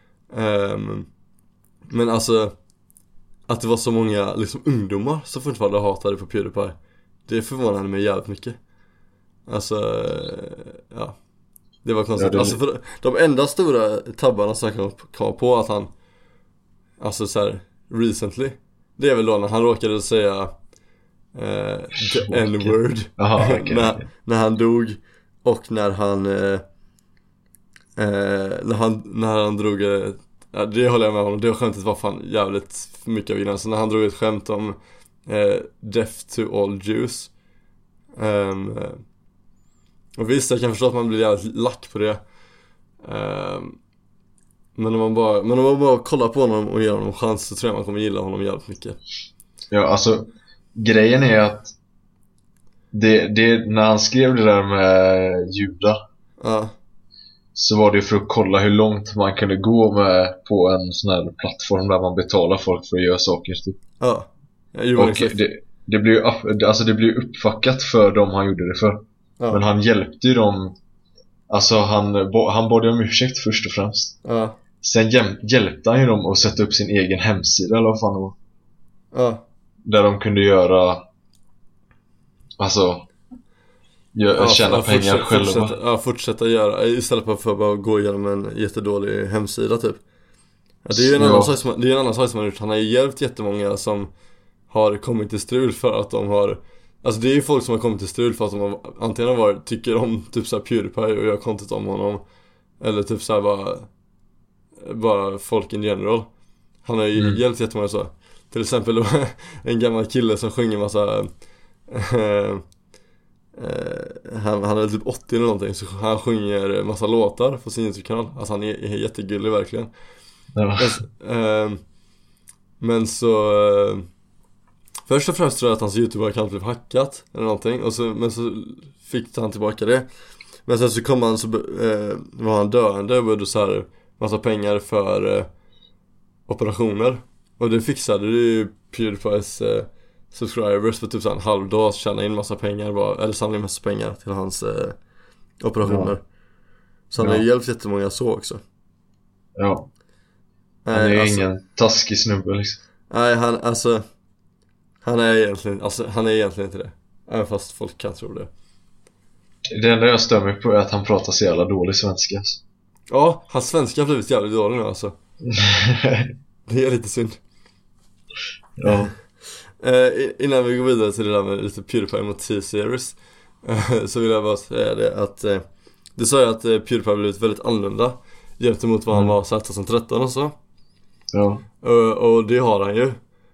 C: Men alltså att det var så många liksom ungdomar som fortfarande hatade på PewDiePie, det förvånade mig jävligt mycket. Alltså ja, det var konstigt. Alltså för de enda stora tabbarna som jag kom på att han, alltså så här recently, det är väl då när han råkade säga the N-word. När han dog, och när han drog ja, det håller jag med om. Det skämtet var fan jävligt mycket av innan. Så när han drog ett skämt om death to all Jews, och visst, jag kan förstå att man blir jävligt lack på det, men om man bara kollar på honom och ger honom en chans, så tror jag man kommer gilla honom jävligt mycket.
B: Ja, alltså grejen är att det när han skrev det där med judar, så var det för att kolla hur långt man kunde gå med på en sån här plattform där man betalar folk för att göra saker typ. Och det blev uppfackat för dem han gjorde det för. Men han hjälpte ju dem. Alltså han bad om ursäkt först och främst. Sen hjälpte han ju dem att sätta upp sin egen hemsida eller vad fan det var. Där de kunde göra, alltså tjäna pengar själva.
C: Fortsätta göra, istället för att bara gå igenom en jättedålig hemsida typ. Det är ju en annan sak som han gjort. Han har ju hjälpt jättemånga som har kommit till strul för att de har, alltså det är ju folk som har kommit till strul för att de har antingen tycker om typ så här PewDiePie och gör content om honom, eller typ så här bara folk in general. Han har ju hjälpt jättemånga så. Till exempel en gammal kille som sjunger massa han är typ 80 eller någonting, så han sjunger massa låtar på sin YouTube-kanal. Alltså han är jättegullig verkligen. Men så först och främst tror jag att hans YouTube-account blev hackat eller någonting, men så fick han tillbaka det. Men sen så kom han, så var han döende och behövde så här massa pengar för operationer, och det fixade ju PewDiePies subscribers för typ så en halv dag, tjäna in massa pengar eller samla in massa pengar till hans operationer. Så han har ju hjälpt jättemånga så också.
B: Ja. Han är alltså ingen taskig snubbe liksom.
C: Nej, han är egentligen inte det. Även fast folk kan tro det.
B: Det enda jag stör mig på är att han pratar så jävla dålig svenska.
C: Ja, hans svenska har blivit jävligt dålig nu alltså. Det är lite synd.
B: Ja.
C: Innan vi går vidare till det där med lite PewDiePie mot T-series, så vill jag bara säga det att det sa jag att PewDiePie blivit väldigt annorlunda gentemot vad han var 2013 och så.
B: Ja.
C: Och det har han ju.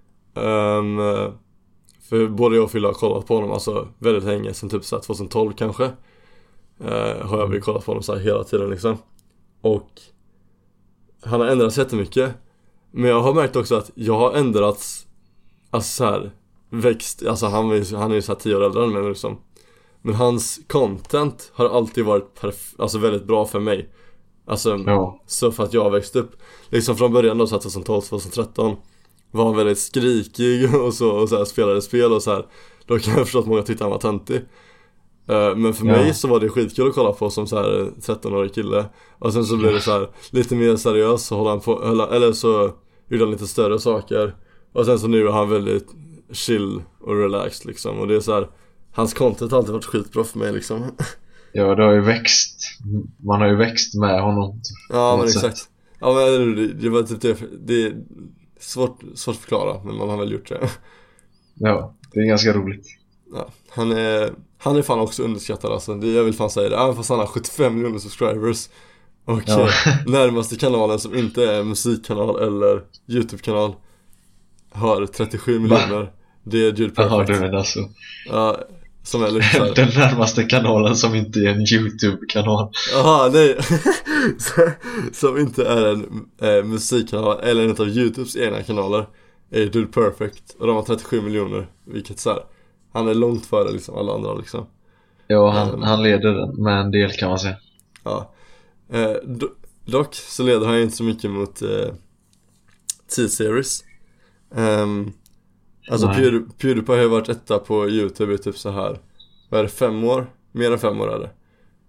C: För både jag och Fille har kollat på honom alltså väldigt länge, sen typ så här 2012 kanske. Har jag väl kollat på honom så här hela tiden liksom. Och han har ändrats jättemycket. Men jag har märkt också att jag har ändrats, alltså så här växt, alltså han är ju så här 10 år äldre än mig liksom. Men hans content har alltid varit alltså väldigt bra för mig. Alltså så för att jag har växt upp liksom från början då, så att 2012-2013 var han väldigt skrikig och så här, spelade spel och så här. Då kan jag förstå att många tyckte han var töntig. Men för mig så var det skitkul att kolla på som så här 13-årig kille. Och sen så blev det så här lite mer seriös, så håller han på, eller så gjorde han lite större saker. Och sen så nu är han väldigt chill och relaxed liksom. Och det är så här, hans content har alltid varit skitbra för mig liksom.
B: Ja, det har ju växt. Man har ju växt med honom.
C: Ja, men exakt. Ja, men det var typ det är svårt att förklara, men man har väl gjort det.
B: Ja, det är ganska roligt.
C: Ja, han är fan också underskattad alltså. Jag vill fan säga det. Även fast han har 75 miljoner subscribers. Och närmaste kanalen som inte är musikkanal eller YouTube-kanal har 37 miljoner. Det är Jude Perfect.
B: Ja, det är alltså.
C: Ja, Som är liksom
B: den närmaste kanalen som inte är en YouTube-kanal.
C: Jaha, nej. Som inte är en musikkanal eller en av YouTubes egna kanaler är Dude Perfect. Och de har 37 miljoner. Vilket så här, han är långt före liksom alla andra liksom.
B: Ja, han leder den med en del kan man säga.
C: Ja. Dock så leder han inte så mycket mot T-series. Alltså PewDiePie har varit etta på YouTube i typ så här. Vad är det, 5 år? Mer än 5 år är det.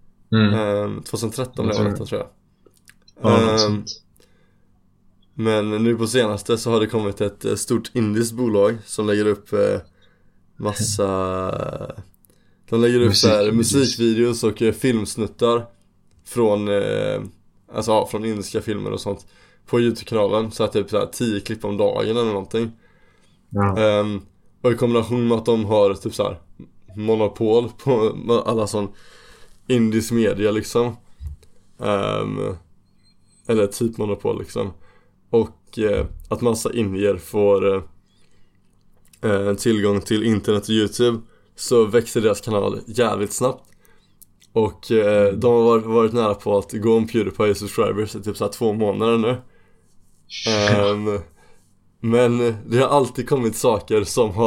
C: 2013 blev det, tror jag. Men nu på senaste så har det kommit ett stort indiskt bolag som lägger upp massa... De lägger upp så här musikvideos och filmsnuttar från från indiska filmer och sånt på YouTube-kanalen. Så att typ så här 10 klipp om dagen eller någonting. Ja. Och i kombination med att de har typ så här monopol på alla sån indisk media liksom. Eller typ monopol liksom. Och att massa indier får tillgång till internet och YouTube, så växer deras kanal jävligt snabbt. Och de har varit nära på att gå om PewDiePie subscribers i typ så här 2 månader nu. Men det har alltid kommit saker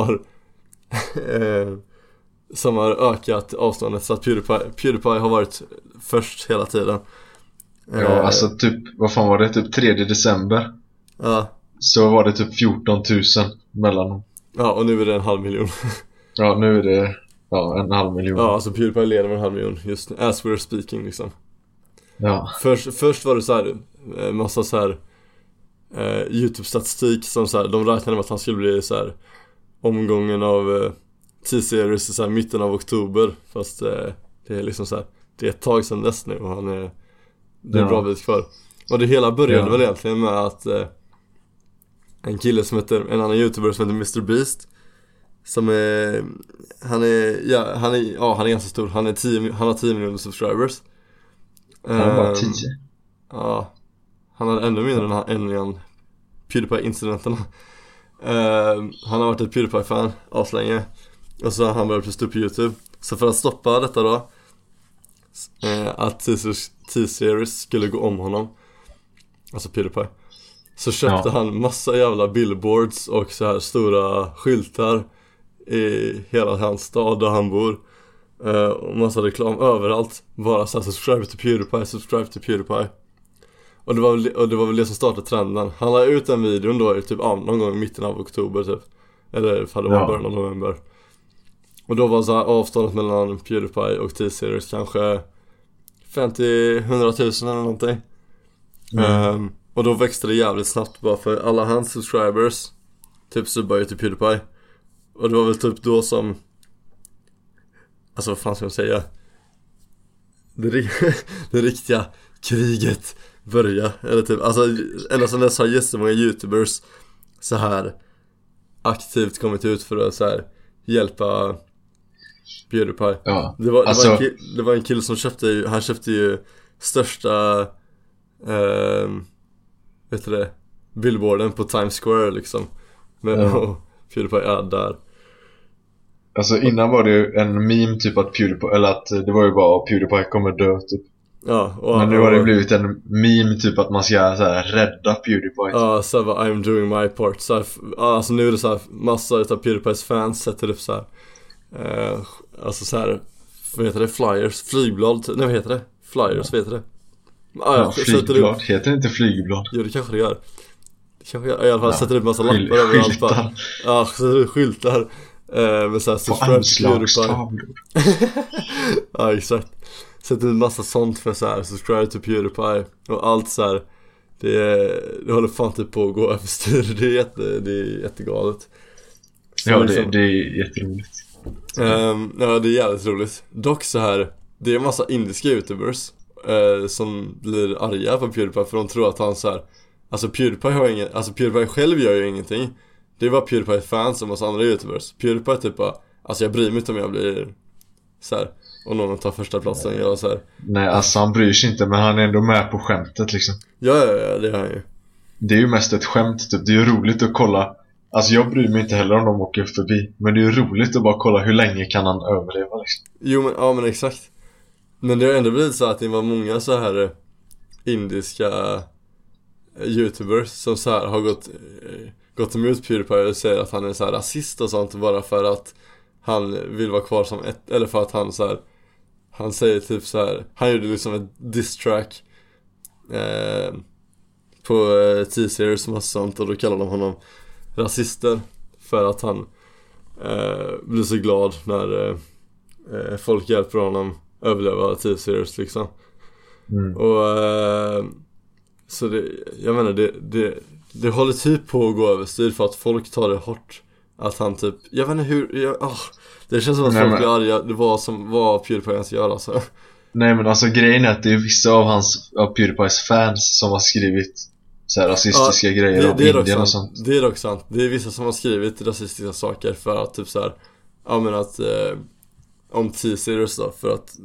C: som har ökat avståndet, så att PewDiePie har varit först hela tiden.
B: Ja, alltså typ, vad fan var det? Typ 3 december.
C: Ja.
B: Så var det typ 14 000 mellan dem.
C: Ja, och nu är det 500 000.
B: Ja, nu är det 500 000.
C: Ja, alltså PewDiePie leder med 500 000 just nu, as we're speaking liksom.
B: Ja.
C: Först var det så här massa så här YouTube-statistik som så här, de räknade med att han skulle bli så här omgången av T-series så här mitten av oktober, fast det är liksom så här, det är ett tag sedan dess nu och han är bra bit kvar. Och det hela började väl egentligen med att en annan YouTuber som heter Mr. Beast, som han är ganska stor. Han har 10 miljoner subscribers.
B: Han har bara 10.
C: Ja. Han har ännu mindre än PewDiePie-incidenterna. Han har varit ett PewDiePie-fan aslänge. Och så har han börjat stå på YouTube. Så för att stoppa detta då, att T-series skulle gå om honom, alltså PewDiePie, så köpte han massa jävla billboards och så här stora skyltar i hela hans stad där han bor, och massa reklam överallt, bara så här, subscribe to PewDiePie. Och det var väl det som startade trenden. Han la ut en videon då typ någon gång i mitten av oktober typ, eller för det var början av november. Och då var så här avståndet mellan PewDiePie och T-series kanske 50-100 000 eller någonting. Och då växte det jävligt snabbt, bara för alla hans subscribers typ subbar ju till PewDiePie. Och det var väl typ då som, alltså vad fan ska man säga, det riktiga kriget börja. Eller typ, alltså ända sedan dess har jättemånga YouTubers så här aktivt kommit ut för att så här hjälpa PewDiePie.
B: Ja,
C: det var en kille som köpte ju största billboarden på Times Square liksom. Och PewDiePie är där.
B: Alltså innan var det ju en meme typ att PewDiePie, eller att det var ju bara PewDiePie kommer dö typ.
C: Ja,
B: men nu har det blivit en meme typ att man ska så här rädda PewDiePie.
C: Ja, så här, I'm doing my part. Så här, alltså nu är det så här, massa utav PewDiePies fans sätter upp så här, alltså så här, vad heter det, flyers, flygblad, nej vad heter det? Flyers, vad heter det?
B: Flygblad, heter det inte flygblad?
C: Jo, det kanske det gör. I alla fall sätter upp massa lappar överallt. Ja, sätter upp skyltar med så här subscribe to PewDiePie. Ja, exakt. Sätter ut massa sånt för så här subscribe to PewDiePie och allt så här. Det håller fan typ på att gå överstyr. Det är jättegalet. Så
B: ja,
C: liksom,
B: det är jätteroligt.
C: Ja, det är jävligt roligt. Dock så här, det är en massa indiska YouTubers som blir arga på PewDiePie för de tror att han så här, alltså PewDiePie själv gör ju ingenting. Det är bara PewDiePie-fans och massa andra YouTubers. PewDiePie typ bara, alltså jag bryr mig inte om jag blir så här, och någon tar första platsen, jag så här.
B: Nej, alltså han bryr sig inte, men han är ändå med på skämtet liksom.
C: Ja, det är han ju.
B: Det är ju mest ett skämt typ. Det är ju roligt att kolla Alltså jag bryr mig inte heller om de åker förbi. Men det är ju roligt att bara kolla hur länge kan han överleva liksom.
C: Jo men, ja men exakt. Men det har ändå blivit så att det var många så här indiska YouTubers som så här har gått emot PewDiePie och säger att han är så här rasist och sånt, bara för att han vill vara kvar som ett, eller för att han så här, han säger typ så här, han gjorde liksom ett diss track på T-series och massa sånt, och då kallar de honom rasister för att han blir så glad när folk hjälper honom överleva T-series liksom. Och så det, jag menar det håller typ på att gå överstyr för att folk tar det hårt. Att han typ, jag vet inte hur det känns som att folk blir arga. Det var som vad PewDiePie ens gör alltså.
B: Nej men alltså grejen är att det är vissa av PewDiePies fans som har skrivit så här rasistiska grejer om Indien och sånt.
C: Det är dock sant. Det är vissa som har skrivit rasistiska saker för att typ så här, ja men att om T-series då, för att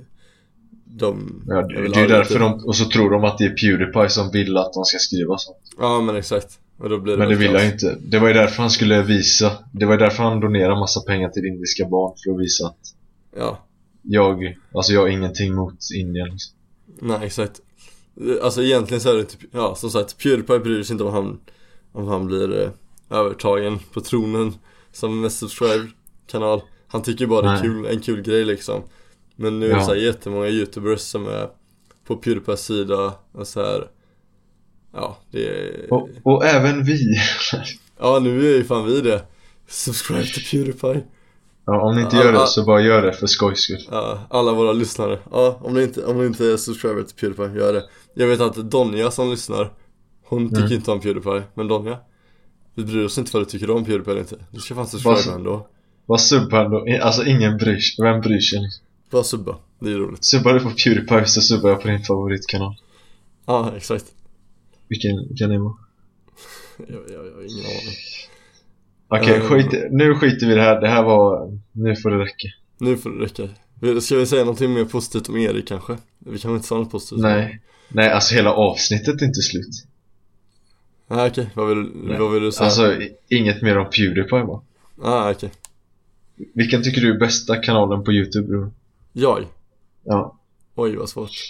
B: det är därför och så tror de att det är PewDiePie som vill att de ska skriva sånt.
C: Ja men exakt. Och då blir det,
B: men det vill jag inte. Det var ju därför han skulle visa. Det var ju därför han donerade massa pengar till indiska barn, för att visa att jag har ingenting mot Indien liksom.
C: Nej exakt. Alltså egentligen så är det typ, ja som sagt, PewDiePie bryr sig inte om han blir övertagen på tronen som mest subscribed kanal. Han tycker bara det är en kul grej liksom. Men nu är det så här jättemånga YouTubers som är på PewDiePies sida och så här. Ja, det är...
B: och även vi.
C: Ja, nu är ju fan vi det. Subscribe till PewDiePie.
B: Ja, om ni inte gör det så bara gör det för skojs skull.
C: Ja, alla våra lyssnare. Ja, om ni inte subscriber till PewDiePie, gör det. Jag vet att Donja som lyssnar, hon tycker inte om PewDiePie. Men Donja, vi bryr oss inte för att du tycker om PewDiePie eller inte. Du ska fan subscribe ändå.
B: Vad subbar ändå? Alltså ingen bryr sig. Vem bryr sig?
C: Bara subba, det är roligt.
B: Subbar du på PewDiePie så subbar jag på din favoritkanal.
C: Ja, exakt.
B: Vilken är det?
C: Jag har ingen aning.
B: Okej, nu skiter vi i det här. Det här var... Nu får det räcka.
C: Nu får det räcka. Ska vi säga någonting mer positivt om Erik kanske? Vi kan inte säga något positivt.
B: Nej, alltså hela avsnittet är inte slut.
C: Okej. Vad vill du säga?
B: Alltså, inget mer om PewDiePie va?
C: Okej.
B: Vilken tycker du är bästa kanalen på YouTube, bro?
C: Jag?
B: Ja.
C: Oj, vad svårt.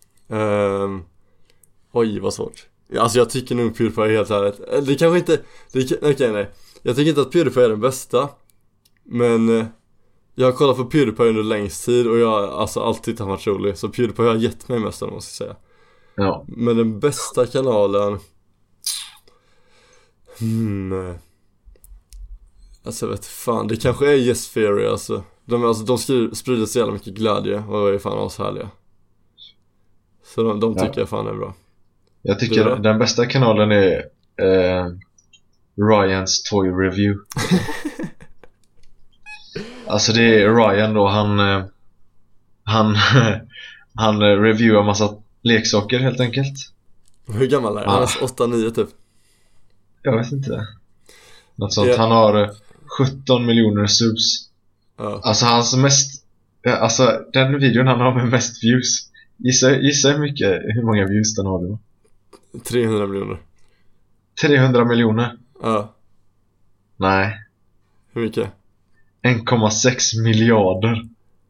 C: Oj, vad svårt. Alltså jag tycker nog PewDiePie är helt ärligt. Det kanske inte... Nej. Jag tycker inte att PewDiePie är den bästa. Men jag har kollat på PewDiePie under längst tid och jag har alltså alltid han varit rolig. Så PewDiePie har gett mig mest, måste jag säga.
B: Ja.
C: Men den bästa kanalen... Alltså jag vet fan, det kanske är Yes Theory alltså. De sprider så jävla mycket glädje och är fan ashärliga. Så de tycker jag fan är bra.
B: Jag tycker den bästa kanalen är Ryans Toy Review. Alltså det är Ryan då, han reviewar massa leksaker helt enkelt.
C: Hur gammal är han? 8-9 typ.
B: Jag vet inte. Något sånt. Han har 17 miljoner subs. Alltså hans mest... Alltså den videon han har med mest views. Gissa hur många views den har då?
C: 300 miljoner.
B: 300 miljoner?
C: Ja.
B: Nej.
C: Hur mycket?
B: 1,6 miljarder.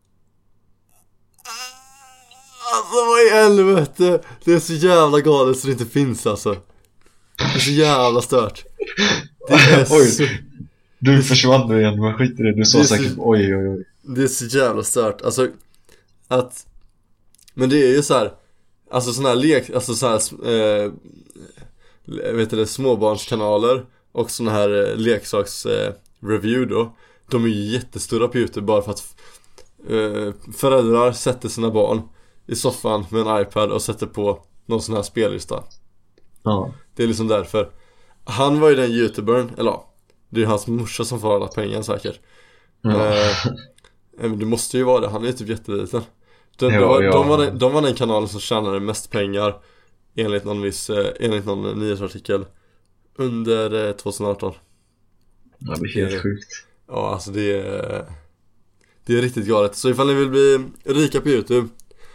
C: Alltså vad i helvete. Det är så jävla galet så det inte finns alltså. Det är så jävla stört. Det är
B: oj, du försvann nu igen, men skit i det. Du sa säkert oj.
C: Det är så jävla stört. Alltså att... Men det är ju så här. Alltså såna här alltså så här vet du det, småbarnskanaler och såna här leksaks review då. De är ju jättestora på YouTube bara för att föräldrar sätter sina barn i soffan med en iPad och sätter på någon sån här spellista.
B: Ja.
C: Det är liksom därför. Han var ju den YouTubern, eller ja, det är hans morsa som får alla pengar säkert. Men det måste ju vara det, han är typ jätteliten. De var den kanalen som tjänade mest pengar enligt någon nyhetsartikel under 2018.
B: Ja, det är helt sjukt.
C: Ja, alltså det är riktigt galet. Så ifall ni vill bli rika på YouTube,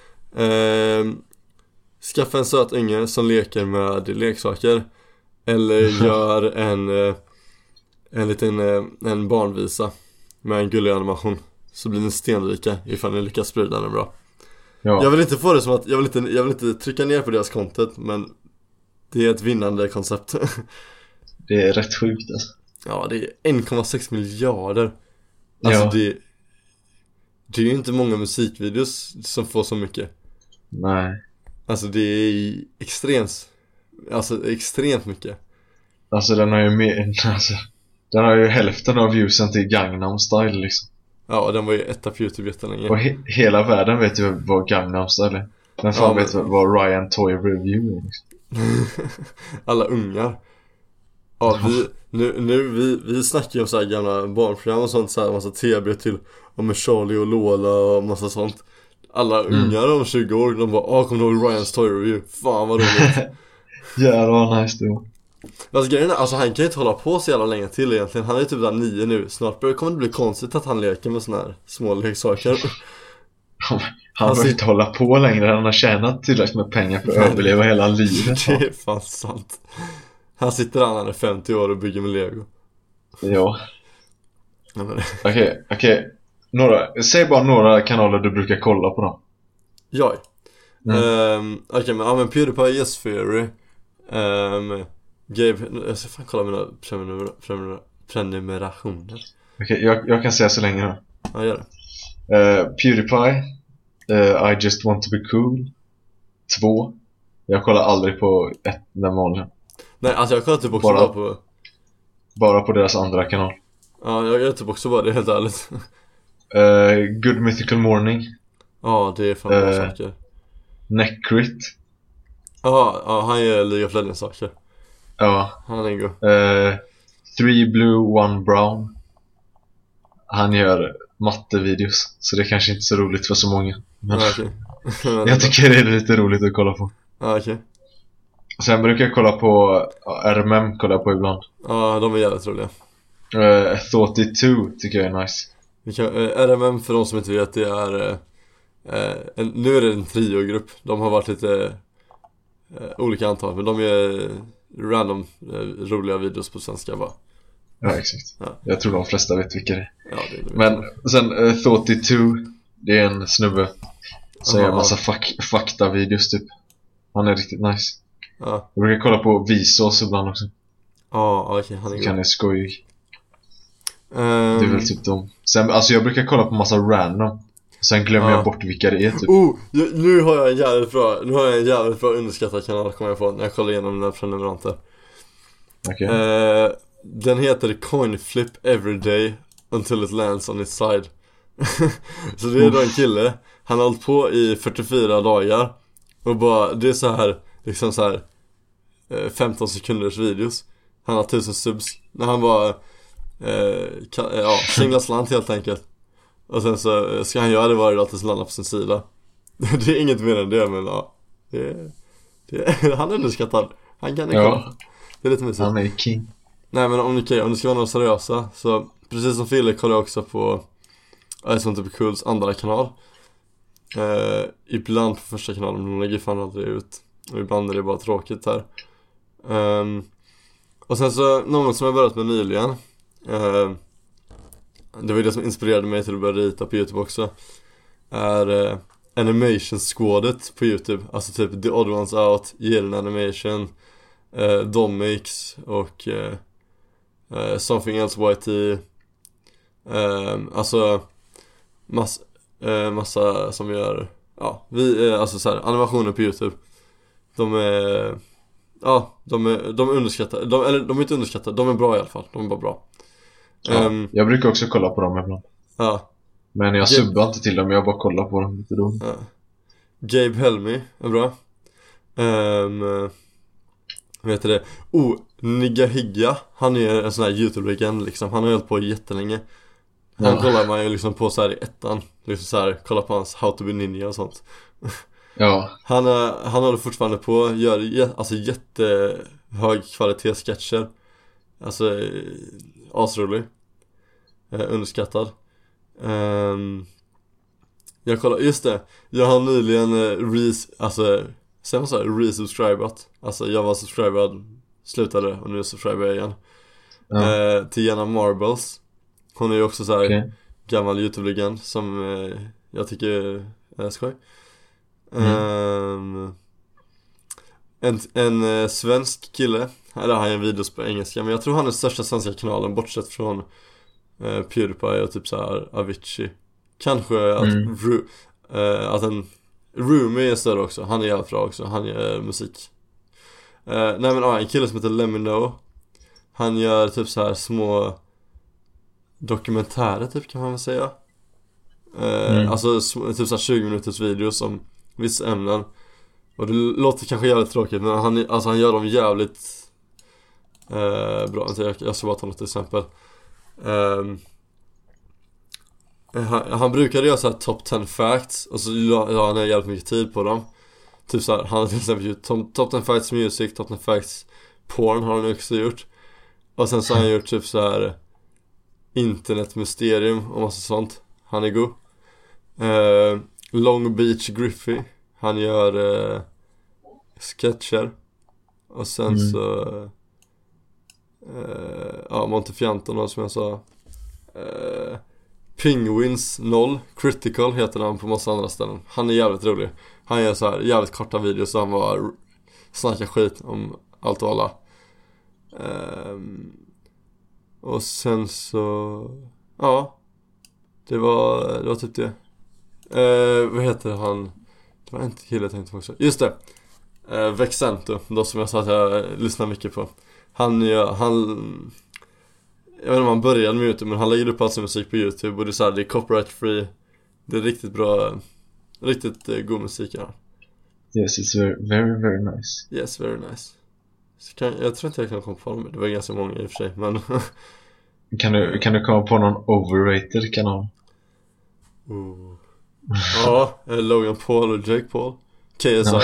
C: skaffa en söt unge som leker med leksaker. Eller gör en barnvisa med en gullig animation, så blir ni stenrika ifall ni lyckas sprida den bra. Ja. Jag vill inte få det som att jag vill inte trycka ner på deras content, men det är ett vinnande koncept.
B: Det är rätt sjukt alltså.
C: Ja, det är 1,6 miljarder. Alltså det är ju inte många musikvideos som får så mycket.
B: Nej.
C: Alltså det är extremt mycket.
B: Alltså den har ju hälften av viewsen till Gangnam Style liksom.
C: Ja, den var ju etta på YouTube jättelänge.
B: Och hela världen vet ju vad Gangnam Style är. Men fan vet vad Ryan Toy Review är liksom.
C: Alla ungar. Ja, vi snackar ju om så här gamla barnprogram och sånt, så här massa TB till och med Charlie och Lola och massa sånt. Alla ungar om 20 år, de bara, kommer du ihåg Ryans Toy Review? Fan vad roligt.
B: Jävlar vad nice det var.
C: Alltså grejen är, alltså han kan ju inte hålla på så jävla länge till egentligen. Han är typ där 9 nu. Snart kommer det bli konstigt att han leker med såna här små leksaker.
B: Han får inte hålla på längre. Han har tjänat tillräckligt med pengar för att överleva hela livet.
C: Det är fan sant. Han sitter där, han är 50 år och bygger med Lego.
B: Ja. Okej. Säg bara några kanaler du brukar kolla på då.
C: Jag. Okej, men PewDiePie, Yes Theory. Gabe, jag ska fan kolla mina prenumerationer.
B: Okej, jag kan säga så länge då.
C: Ja, gör
B: det. PewDiePie, I Just Want To Be Cool. 2. Jag kollar aldrig på den vanliga.
C: Nej, alltså jag kollar typ också
B: bara på deras andra kanal.
C: Ja, jag gör typ också bara det, helt ärligt.
B: Good Mythical Morning.
C: Ja, det är fan bra saker.
B: Neckrit.
C: Ja, han gör League of Legends saker.
B: Ja.
C: Han är god.
B: 3 Blue, 1 Brown. Han gör mattevideos, så det är kanske inte så roligt för så många. Men jag tycker det är lite roligt att kolla på.
C: Ja, okej.
B: Sen brukar jag kolla på RMM, kollar jag på ibland.
C: Ja, de är jävligt roliga.
B: Thoughty 2 tycker jag är nice.
C: RMM, för de som inte vet, det är nu är det en triogrupp. De har varit lite olika antal, men de är random roliga videos på svenska bara.
B: Ja, exakt. Ja. Jag tror de flesta vet vilka det är.
C: Ja, det
B: men sen Thoughty 2, det är en snubbe som gör massa fakta-videos typ. Han är riktigt nice. Ja. Jag brukar kolla på Vsauce ibland också.
C: Ja, okej, han är god.
B: Kan är skojig. Det är väl typ dem. Sen, alltså jag brukar kolla på massa random. Sen glömmer jag bort vilka det är typ.
C: Nu har jag en jävligt bra underskattad kanal, kommer jag på när jag kollar igenom mina prenumeranter.
B: Okay.
C: Den heter Coin Flip Everyday Until It Lands On Its Side. Så det är då en kille. Han har hållit på i 44 dagar. Och bara, det är så här, liksom så här 15 sekunders videos. Han har 1000 subs. När han bara singla slant helt enkelt. Och sen så ska han göra det varje dag tills landa på sin sida. Det är inget mer än det, men ja, han är underskattad. Han kan inte kolla. Det är lite mysigt.
B: Han är king.
C: Nej, men om ni ska vara några seriösa, så precis som Fille kollar jag också på I Just Want To Be Cools andra kanal. Ibland på första kanalen, men de lägger fan aldrig ut. Och ibland är det bara tråkigt här. Och sen så, någon som jag börjat med nyligen, det var det som inspirerade mig till att börja rita på YouTube också, är Animation Squadet på YouTube. Alltså typ The Odd Ones Out, Yellow Animation, Domix och Something Else YT. Alltså massa som gör, ja, alltså så här, animationer på YouTube. De är underskattade. De är inte underskattade, de är bra i alla fall. De är bara bra.
B: Ja, jag brukar också kolla på dem ibland.
C: Ja.
B: Men jag subbar inte till dem, jag bara kollar på dem lite då.
C: Ja. Gabe Helmy är bra. Vet du det? Nigga Higga. Han är en sån här YouTube-legend liksom. Han har hållit på jättelänge. Han kollar man ju liksom på så här i ettan. Liksom så här, kolla på hans How to be Ninja och sånt.
B: Ja.
C: Han håller fortfarande på att göra alltså jättehög kvalitet sketcher. Alltså asrolig. Underskattad. Jag kollar, just det. Jag har nyligen resubscribat. Alltså jag var subscribad, slutade och nu subscriber jag igen. Tiana Marbles. Hon är ju också så här gammal YouTube-legend som jag tycker är skoj. En svensk kille, eller han gör videos på engelska, men jag tror han är största svenska kanalen bortsett från PewDiePie och typ så här Avicii. Kanske att en Rumi är större också. Han är jävligt bra också. Han gör musik. En kille som heter Lemino. Han gör typ så här små dokumentärer typ, kan man väl säga. Alltså typ så här 20 minuters videos om vissa ämnen. Och det låter kanske jävligt tråkigt, men han gör dem jävligt bra. Jag ska bara ta något exempel. Han brukade göra så här top 10 facts, och så la han jävligt mycket tid på dem. Typ så här, han har till exempel gjort top 10 facts music, top 10 facts porn har han också gjort. Och sen så har han gjort typ så här internetmysterium och massa sånt. Han är god. Long Beach Griffy, han gör sketcher. Och sen så Montefianton som jag sa. Penguins 0 Critical heter han på massa andra ställen. Han är jävligt rolig. Han gör så här jävligt korta videos där han bara snackar skit om allt och alla. Och sen så det var typ det. Vad heter han? Det var inte kille jag tänkte på också. Just det. Vexento, då som jag sa att jag lyssnar mycket på. Han jag vet inte om han började med YouTube, men han lägger upp all sin musik på YouTube. Och det är så här, det är copyright free. Det är riktigt bra. Riktigt god musik, ja.
B: Yes, it's very, very nice.
C: Yes, very nice. Jag tror inte jag kan komma på dem. Det var ganska många i och för sig, men
B: Kan du komma på någon overrated kanal?
C: Ja, Logan Paul och Jake Paul. KSI.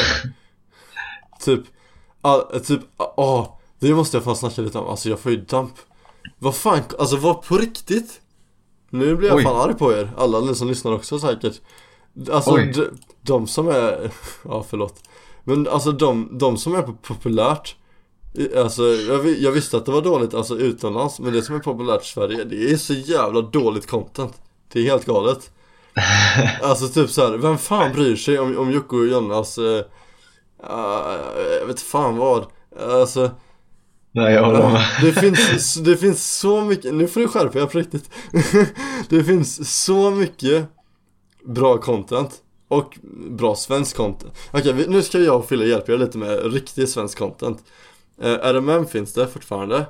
C: Det måste jag fan snacka lite om. Alltså jag får ju damp. Vad fan, alltså vad på riktigt? Nu blir jag fan arg på er. Alla ni som lyssnar också säkert. Alltså de som är förlåt. Men alltså de som är populärt. Alltså jag visste att det var dåligt alltså utomlands, men det som är populärt i Sverige, det är så jävla dåligt content. Det är helt galet. Alltså typ så här, vem fan bryr sig om Jocke och Jonas jag vet fan vad. Alltså
B: nej, jag håller med.
C: Det finns så mycket. Nu får du skärpa jag på riktigt. Det finns så mycket bra content och bra svensk content. Okej, nu ska jag och Fille hjälpa er lite med riktig svensk content. RMM finns det fortfarande.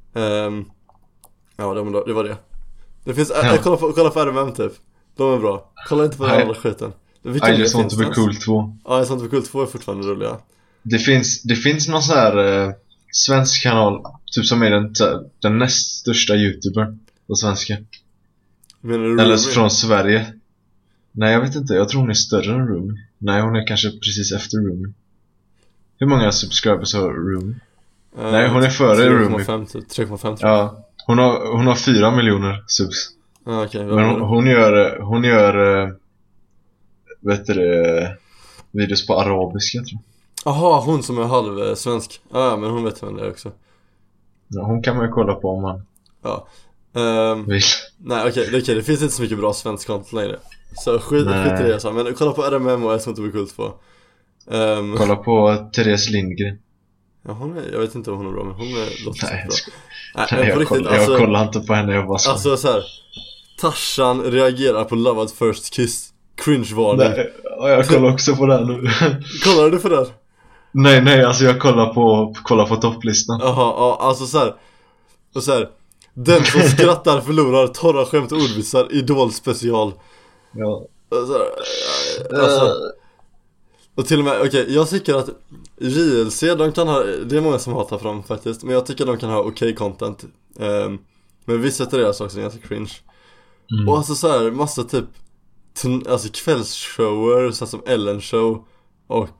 C: Ja, det var det. Det finns kolla på RMM typ. De är bra. Kolla inte på den andra skiten.
B: I just want to be cool 2.
C: Ja, I just want to be cool 2 är fortfarande roliga.
B: Det finns någon så här svensk kanal typ som är den näst största YouTubern på svenska. Eller från Sverige. Nej, jag vet inte. Jag tror hon är större än Rumi. Nej, hon är kanske precis efter Rumi. Hur många subscribers har Rumi? Nej, hon är före Rumi.
C: 3,5
B: ja, hon har 4 miljoner subs.
C: Okay,
B: men hon gör vet du, videos på arabiska, tror jag.
C: Aha, hon som är halv svensk. Ja, men hon vet vem det är också.
B: Ja, hon kan man ju kolla på om man
C: vill. Nej, okej, det finns inte så mycket bra svensk content längre. Så skit i det så. Men kolla på RMM och som inte blir kul på.
B: Kolla på Therese Lindgren.
C: Ja, jag vet inte om hon är bra, men hon låter
B: nej,
C: bra. Jag
B: kollar inte på henne, jag bara så.
C: Alltså så här, Tarzan reagerar på Love at First Kiss. Cringe-varning.
B: Nej, jag kollar också på det nu.
C: Kollar du på det?
B: Nej, alltså jag kollar på topplistan.
C: Jaha, ja, alltså så här. Den som skrattar förlorar, torra skämt och ordvitsar, Idol special.
B: Ja.
C: Alltså, och till och med, okej, jag tycker att JLC, de kan ha, det är många som hatar fram faktiskt, men jag tycker de kan ha okej content. Men vissa av deras också är ganska cringe. Och alltså så här, massa typ alltså kvällsshower så som Ellen Show och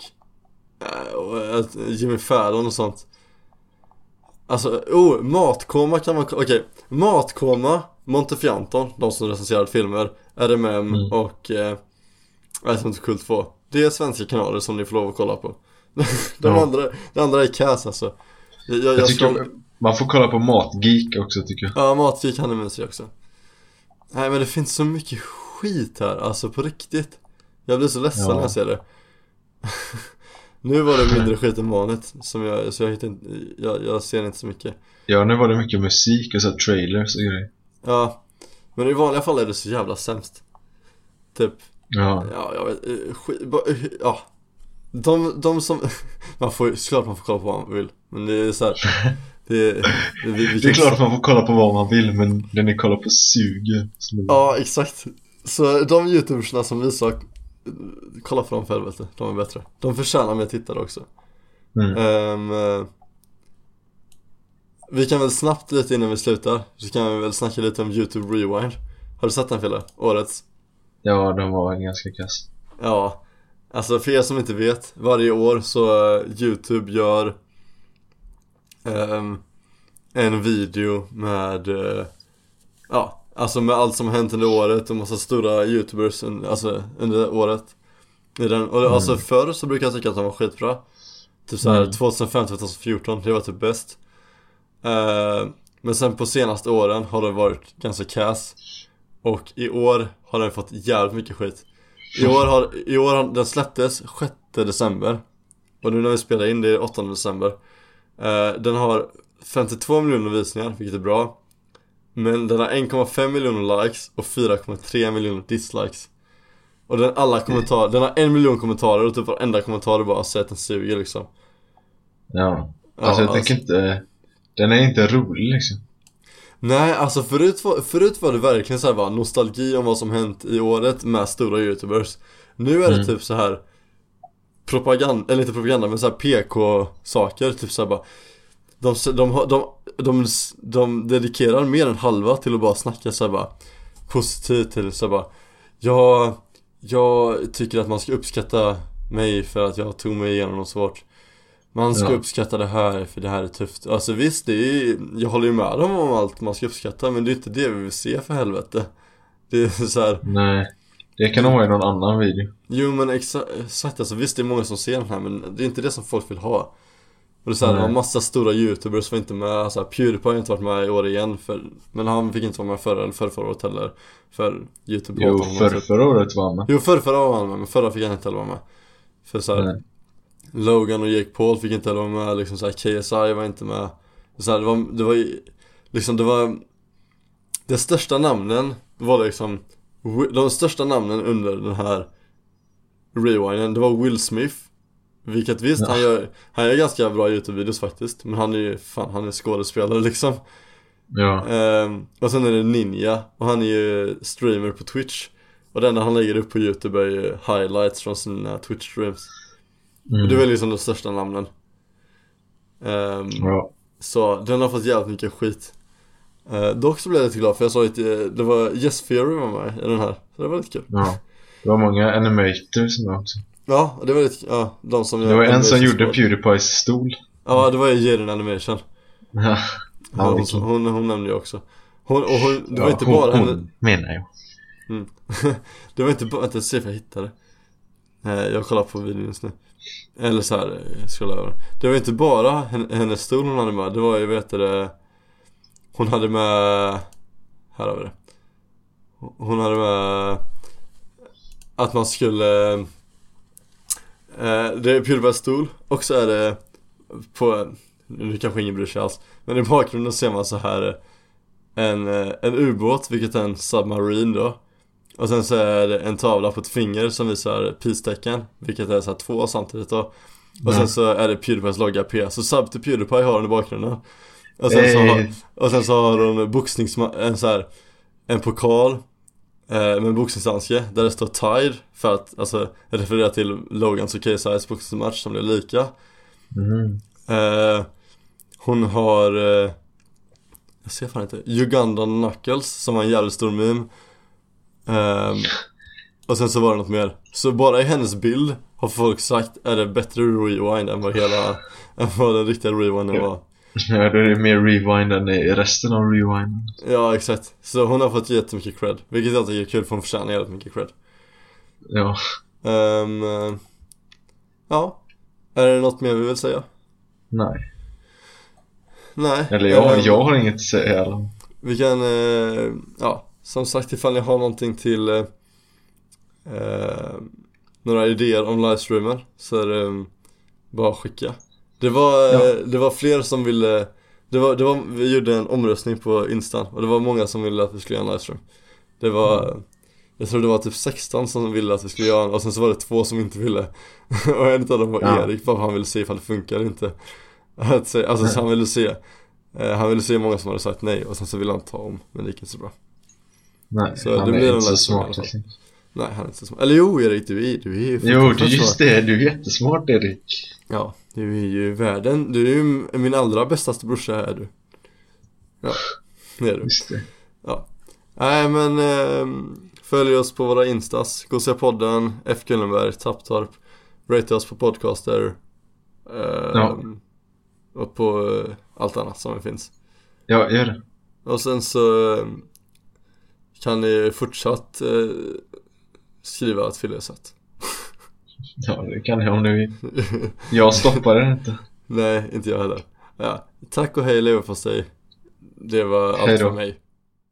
C: Jimmy Fallon och sånt. Alltså, Matkoma kan man... Okej, Matkoma, Montefianton, de som recenserar filmer, RMM och jag som inte kult få. Det är svenska kanaler som ni får lov att kolla på. Det andra är kass alltså.
B: Man får kolla på Matgeek också tycker jag.
C: Ja, Matgeek han är mysig också. Nej, men det finns så mycket skit här, alltså på riktigt. Jag blir så ledsen när jag ser det. Nu var det mindre skit än vanligt som jag ser inte så mycket.
B: Ja, nu var det mycket musik och så trailers och grejer.
C: Ja, men i vanliga fall är det så jävla sämst. Typ. Ja, jag vet, ja. De som man får kolla på vad man vill. Men det är så här, det
B: är klart man får kolla på vad man vill, men den ni kollar på suger.
C: Ja, exakt. Så de youtubersna som visar, kolla på dem för helvete. De är bättre. De förtjänar mer tittare också. Vi kan väl snabbt lite innan vi slutar, så kan vi väl snacka lite om YouTube Rewind. Har du sett den, Fille? Årets?
B: Ja, den var ganska kass.
C: Ja, alltså för er som inte vet, varje år så YouTube gör en video med alltså med allt som har hänt under året och massa stora YouTubers under året i den. Och alltså förr så brukar jag tycka att de var skitbra. Typ såhär 2015-2014, det var typ bäst. Men sen på senaste åren har det varit ganska kass. Och i år har den fått jävligt mycket skit. I år har den släpptes 6 december. Och nu när vi spelar in det är 8 december. Den har 52 miljoner visningar, vilket är bra. Men den har 1,5 miljoner likes och 4,3 miljoner dislikes. Och den har 1 miljon kommentarer och typ varenda kommentar bara säger att den suger liksom.
B: Ja, alltså jag tänker inte. Den är inte rolig liksom.
C: Nej, alltså förut var det verkligen så här, va, nostalgi om vad som hänt i året med stora YouTubers. Nu är det typ så här propaganda, eller inte propaganda, men så här PK-saker, typ så här bara de dedikerar mer än halva till att bara snacka så här bara positivt till så här bara jag tycker att man ska uppskatta mig för att jag tog mig igenom något svårt. Man ska uppskatta det här för det här är tufft. Alltså visst, jag håller ju med dem om allt man ska uppskatta, men det är inte det vi vill se för helvete. Det är så här.
B: Nej, det kan nog vara i någon annan video.
C: Jo, men exakt, alltså visst det är många som ser den här, men det är inte det som folk vill ha. Och det är så här, det var massa stora YouTubers som var inte med. Alltså, PewDiePie har inte varit med i år igen men han fick inte vara med förra året heller. För YouTube.
B: Jo, förra året var han med.
C: Jo, förra var han med, men förra fick han inte heller vara med. För så här, Logan och Jake Paul fick inte heller vara med, liksom så här, KSI var inte med. Så här, det var de största namnen var liksom de största namnen under den här rewinden, det var Will Smith. Vilket visst, han gör ganska bra YouTube-videos faktiskt. Men han är skådespelare liksom. Ja. Och sen är det Ninja. Och han är ju streamer på Twitch. Och den han lägger upp på YouTube är ju highlights från sina Twitch-streams. Och det är väl liksom de största namnen. Så den har fått jävligt mycket skit. Dock så blev jag lite glad, för jag sa att det var Yes Theory var med i den här. Så det var lite kul.
B: Ja, det var många animators som var också.
C: Ja, det var lite, de som
B: det var en som gjorde PewDiePies stol.
C: Ja, det var ju Jaden Animation.
B: Ja,
C: hon nämnde ju också. Det var inte bara henne.
B: Menar jag.
C: Det var inte bara att jag ser för jag hittade. Jag kollar på videon just nu. Eller så här, scrolla över. Det var inte bara hennes stol hon hade med. Det var ju, hon hade med, här har vi det. Hon hade med att man skulle det är PewDiePies stol. Och så är det på, nu kanske ingen bryr sig alls, men i bakgrunden ser man så här en ubåt, vilket är en submarine då. Och sen så är det en tavla på ett finger som visar peace-tecken, vilket är så här 2 samtidigt då. Och sen så är det PewDiePies logga P. Så sub till PewDiePie har hon i bakgrunden. Och sen så har hon en pokal med en boxningshandske där det står Tide, för att alltså referera till Logans och KSI's boxningsmatch som blev lika. Hon har jag ser fan inte, Ugandan Knuckles som var en jävligt stor meme. Och sen så var det något mer. Så bara i hennes bild har folk sagt är det bättre rewind än vad den riktiga rewinden var.
B: Ja, det är mer rewind än i resten av rewind.
C: Ja, exakt. Så hon har fått jättemycket cred, vilket jag tycker är kul, för hon förtjänar jävligt mycket cred.
B: Ja.
C: Ja. Är det något mer vi vill säga?
B: Nej.
C: Nej.
B: Eller jag har inget att säga eller?
C: Vi kan, ja, som sagt, ifall ni har någonting till några idéer om livestreamer så är det bara skicka. Det var fler som ville. Vi gjorde en omröstning på Insta och det var många som ville att vi skulle göra en livestream. Det var jag tror det var typ 16 som ville att vi skulle göra en, och sen så var det 2 som inte ville. Och en av dem var Erik, för han ville se ifall det funkar eller inte. Alltså så han ville se många som hade sagt nej, och sen så ville han ta om, men det gick inte så bra.
B: Nej,
C: så
B: han
C: det
B: är inte så smart.
C: Nej, han är inte så smart. Eller jo, Erik, du är ju
B: jo, du just det, du är jättesmart, Erik.
C: Ja, du är ju världen. Du är ju min allra bästaste brorsa här, du. Ja, det är du.
B: Just det.
C: Ja. Nej, men följ oss på våra instas. Gå och se podden, F. Kullenberg, Tapptorp. Rate oss på podcaster. Och på allt annat som det finns.
B: Ja, gör det.
C: Och sen så kan ni fortsatt skriva att Fille är söt.
B: Ja, det kan jag om ni vill. Jag stoppar det inte.
C: Nej, inte jag heller. Ja. Tack och hej, leverpastej. Det var allt för mig.